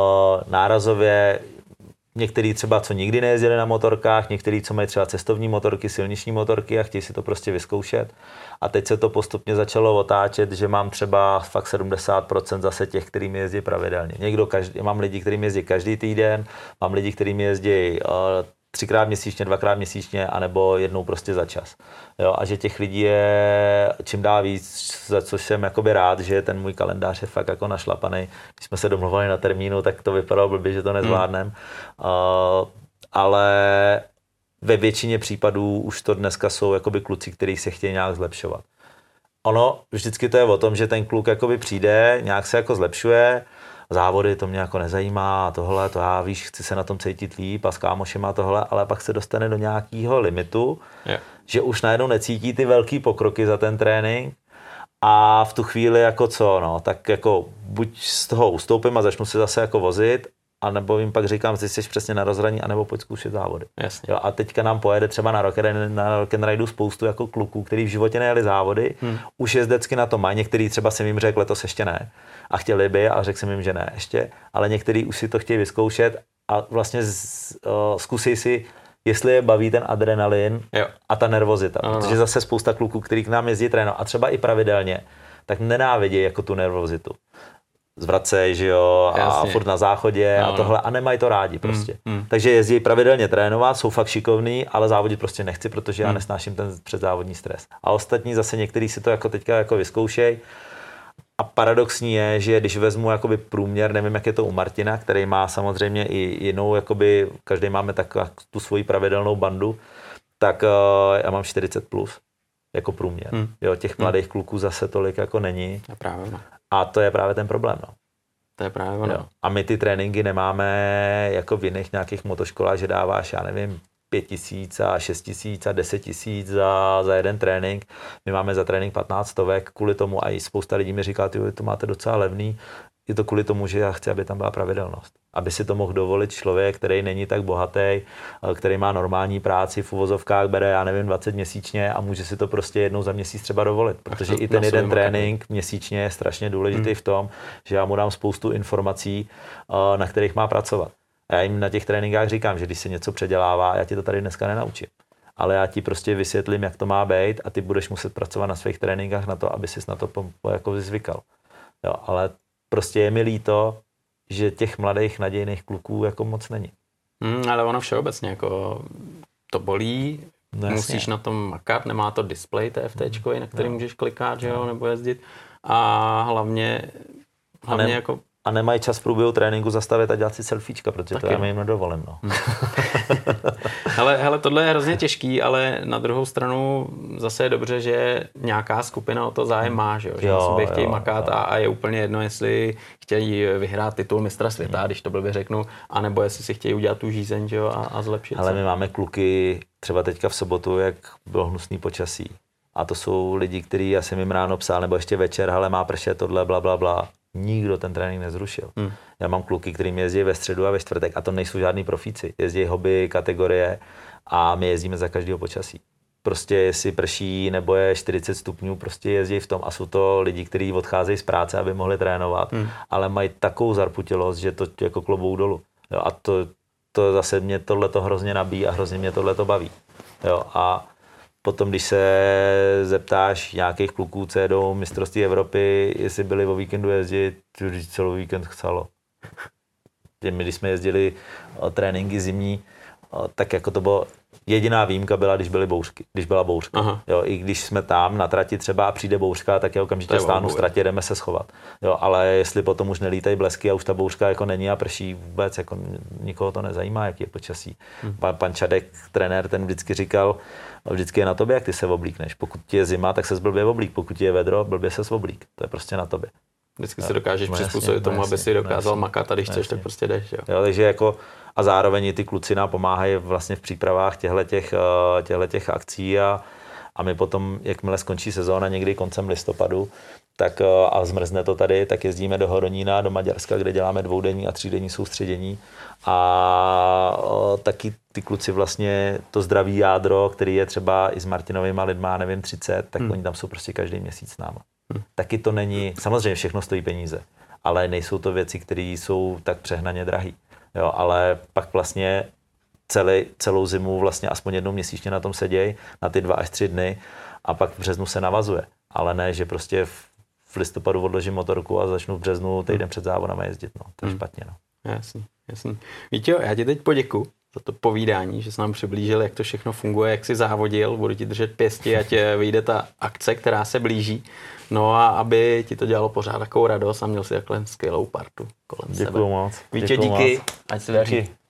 nárazově některý třeba, co nikdy nejezdili na motorkách, některý, co mají třeba cestovní motorky, silniční motorky a chtějí si to prostě vyzkoušet. A teď se to postupně začalo otáčet, že mám třeba fakt sedmdesát procent zase těch, kterými jezdí pravidelně. Někdo každý, mám lidi, kterými jezdí každý týden, mám lidi, kterými jezdí uh, třikrát měsíčně, dvakrát měsíčně, anebo jednou prostě za čas. Jo, a že těch lidí je čím dál víc, za což jsem jakoby rád, že ten můj kalendář je fakt jako našlapaný. Když jsme se domluvili na termínu, tak to vypadalo blbě, že to nezvládnem. Hmm. Uh, ale ve většině případů už to dneska jsou jakoby kluci, kteří se chtějí nějak zlepšovat. Ono, vždycky to je o tom, že ten kluk jakoby přijde, nějak se jako zlepšuje, závody to mě jako nezajímá a tohle, to já víš, chci se na tom cítit líp a s kámošema tohle, ale pak se dostane do nějakého limitu, yeah. že už najednou necítí ty velký pokroky za ten trénink a v tu chvíli jako co, no, tak jako buď z toho ustoupím a začnu si zase jako vozit, a nebo jim pak říkám, že jsi přesně na rozhraní, anebo pojď zkoušet závody. Jasně. Jo, a teďka nám pojede třeba na Rock, na Rock and Rideu spoustu jako kluků, kteří v životě nejeli závody, hmm. už jezdecky na to mají, některý třeba jsem jim řekl, letos ještě ne, a chtěli by, a řekl jsem jim, že ne ještě, ale některý už si to chtějí vyzkoušet a vlastně z, uh, zkusí si, jestli je baví ten adrenalin jo. a ta nervozita, no, protože no. zase spousta kluků, který k nám jezdí trénovat a třeba i pravidelně, tak nenávidí jako tu nervozitu. Zvracej, že jo, a Jasně. furt na záchodě no, a tohle a nemají to rádi prostě. Mm, mm. Takže jezdí pravidelně trénovat, jsou fakt šikovní, ale závodit prostě nechci, protože mm. já nesnáším ten předzávodní stres. A ostatní zase někteří si to jako teďka jako vyzkoušej. A paradoxní je, že když vezmu jakoby průměr, nevím, jak je to u Martina, který má samozřejmě i jinou, jakoby, každý máme tak tu svoji pravidelnou bandu, tak uh, já mám čtyřicet plus jako průměr. Mm. Jo, těch mladých mm. kluků zase tolik jako není. A právě no. A to je právě ten problém, no. To je právě ono. A my ty tréninky nemáme jako v jiných nějakých motoškolách, že dáváš, já nevím, pět tisíc a šest tisíc a deset tisíc za, za jeden trénink. My máme za trénink patnáct stovek, kvůli tomu a i spousta lidí mi říká, ty to máte docela levný. Je to kvůli tomu, že já chci, aby tam byla pravidelnost. Aby si to mohl dovolit člověk, který není tak bohatý, který má normální práci, v uvozovkách bere, já nevím, dvacet měsíčně a může si to prostě jednou za měsíc třeba dovolit. Protože i ten jeden trénink měsíčně je strašně důležitý hmm. v tom, že já mu dám spoustu informací, na kterých má pracovat. A já jim na těch tréninkách říkám, že když se něco předělává, já ti to tady dneska nenaučím. Ale já ti prostě vysvětlím, jak to má být a ty budeš muset pracovat na svých tréninkách na to, aby sis na to jako zvykal. Jo, ale prostě je mi líto, že těch mladých nadějných kluků jako moc není. Hmm, ale ono všeobecně jako to bolí, no, musíš na tom makat, nemá to display TFTčkový, na který no. můžeš klikat, že jo, nebo jezdit a hlavně, hlavně a ne, jako a nemají čas v průběhu tréninku zastavit a dělat si selfiečka, protože tak to já jim nedovolím, no. Hmm. hele, hele, tohle je hrozně těžký, ale na druhou stranu zase je dobře, že nějaká skupina o to zájem má, že, jo? Že jo, na sobě chtějí jo, makat jo. A, a je úplně jedno, jestli chtějí vyhrát titul mistra světa, hmm. když to blbě řeknu, anebo jestli si chtějí udělat tu žízeň, že jo, a, a zlepšit ale se. My máme kluky, třeba teďka v sobotu, jak bylo hnusný počasí. A to jsou lidi, kteří já jsem jim ráno psal, nebo ještě večer, hele, má pršet tohle, bla, bla, bla. Nikdo ten trénink nezrušil. Hmm. Já mám kluky, kterým jezdí ve středu a ve čtvrtek a to nejsou žádný profíci. Jezdí hobby kategorie a my jezdíme za každého počasí. Prostě jestli prší nebo je čtyřicet stupňů, prostě jezdí v tom a jsou to lidi, kteří odcházejí z práce, aby mohli trénovat, hmm. ale mají takovou zarputilost, že to jako klobouk dolů. Jo, a to, to zase mě tohleto hrozně nabíjí a hrozně mě tohleto baví. Jo, a potom, když se zeptáš nějakých kluků, co jedou mistrovství Evropy, jestli byli o víkendu jezdit, celý víkend chcelo. My, když jsme jezdili tréninky zimní, tak jako to bylo, jediná výjimka byla, když byly bouřky, když byla bouřka. Jo, i když jsme tam na trati třeba a přijde bouřka, tak je okamžitě stáhnu z trati, jdeme se schovat. Jo, ale jestli potom už nelítají blesky a už ta bouřka jako není a prší vůbec, jako nikoho to nezajímá, jaký je počasí. Hmm. Pan, pan Čadek, trenér, ten vždycky říkal, vždycky je na tobě, jak ty se oblíkneš. Pokud ti je zima, tak se blbě oblík, pokud ti je vedro, blbě se oblík. To je prostě na tobě. Vždycky si dokážeš no, přizpůsobit tomu, jasně, aby si dokázal jasně, makat a když chceš, tak prostě jdeš. Jo. Jo, takže jako a zároveň i ty kluci nám pomáhají vlastně v přípravách těchto těch akcí a, a my potom, jakmile skončí sezóna někdy koncem listopadu, tak a zmrzne to tady, tak jezdíme do Horonína, do Maďarska, kde děláme dvoudenní a třídenní soustředění a taky ty kluci vlastně to zdraví jádro, který je třeba i s Martinovými lidma, nevím, třicet, tak hmm. oni tam jsou prostě každý měsíc s náma. Hmm. Taky to není, samozřejmě všechno stojí peníze, ale nejsou to věci, které jsou tak přehnaně drahý. Jo, ale pak vlastně celý, celou zimu vlastně aspoň jednou měsíčně na tom seděj, na ty dva až tři dny a pak v březnu se navazuje. Ale ne, že prostě v, v listopadu odložím motorku a začnu v březnu týden před závodama jezdit. No, to je hmm. špatně. No. Jasný, jasný. Víte, já ti teď poděkuju. za to povídání, že jsi nám přiblížil, jak to všechno funguje, jak jsi závodil, budu ti držet pěsti, ať vyjde ta akce, která se blíží. No a aby ti to dělalo pořád takovou radost a měl si takhle skvělou partu kolem Děkuju sebe. moc. Vítě, díky, moc. ať se daří.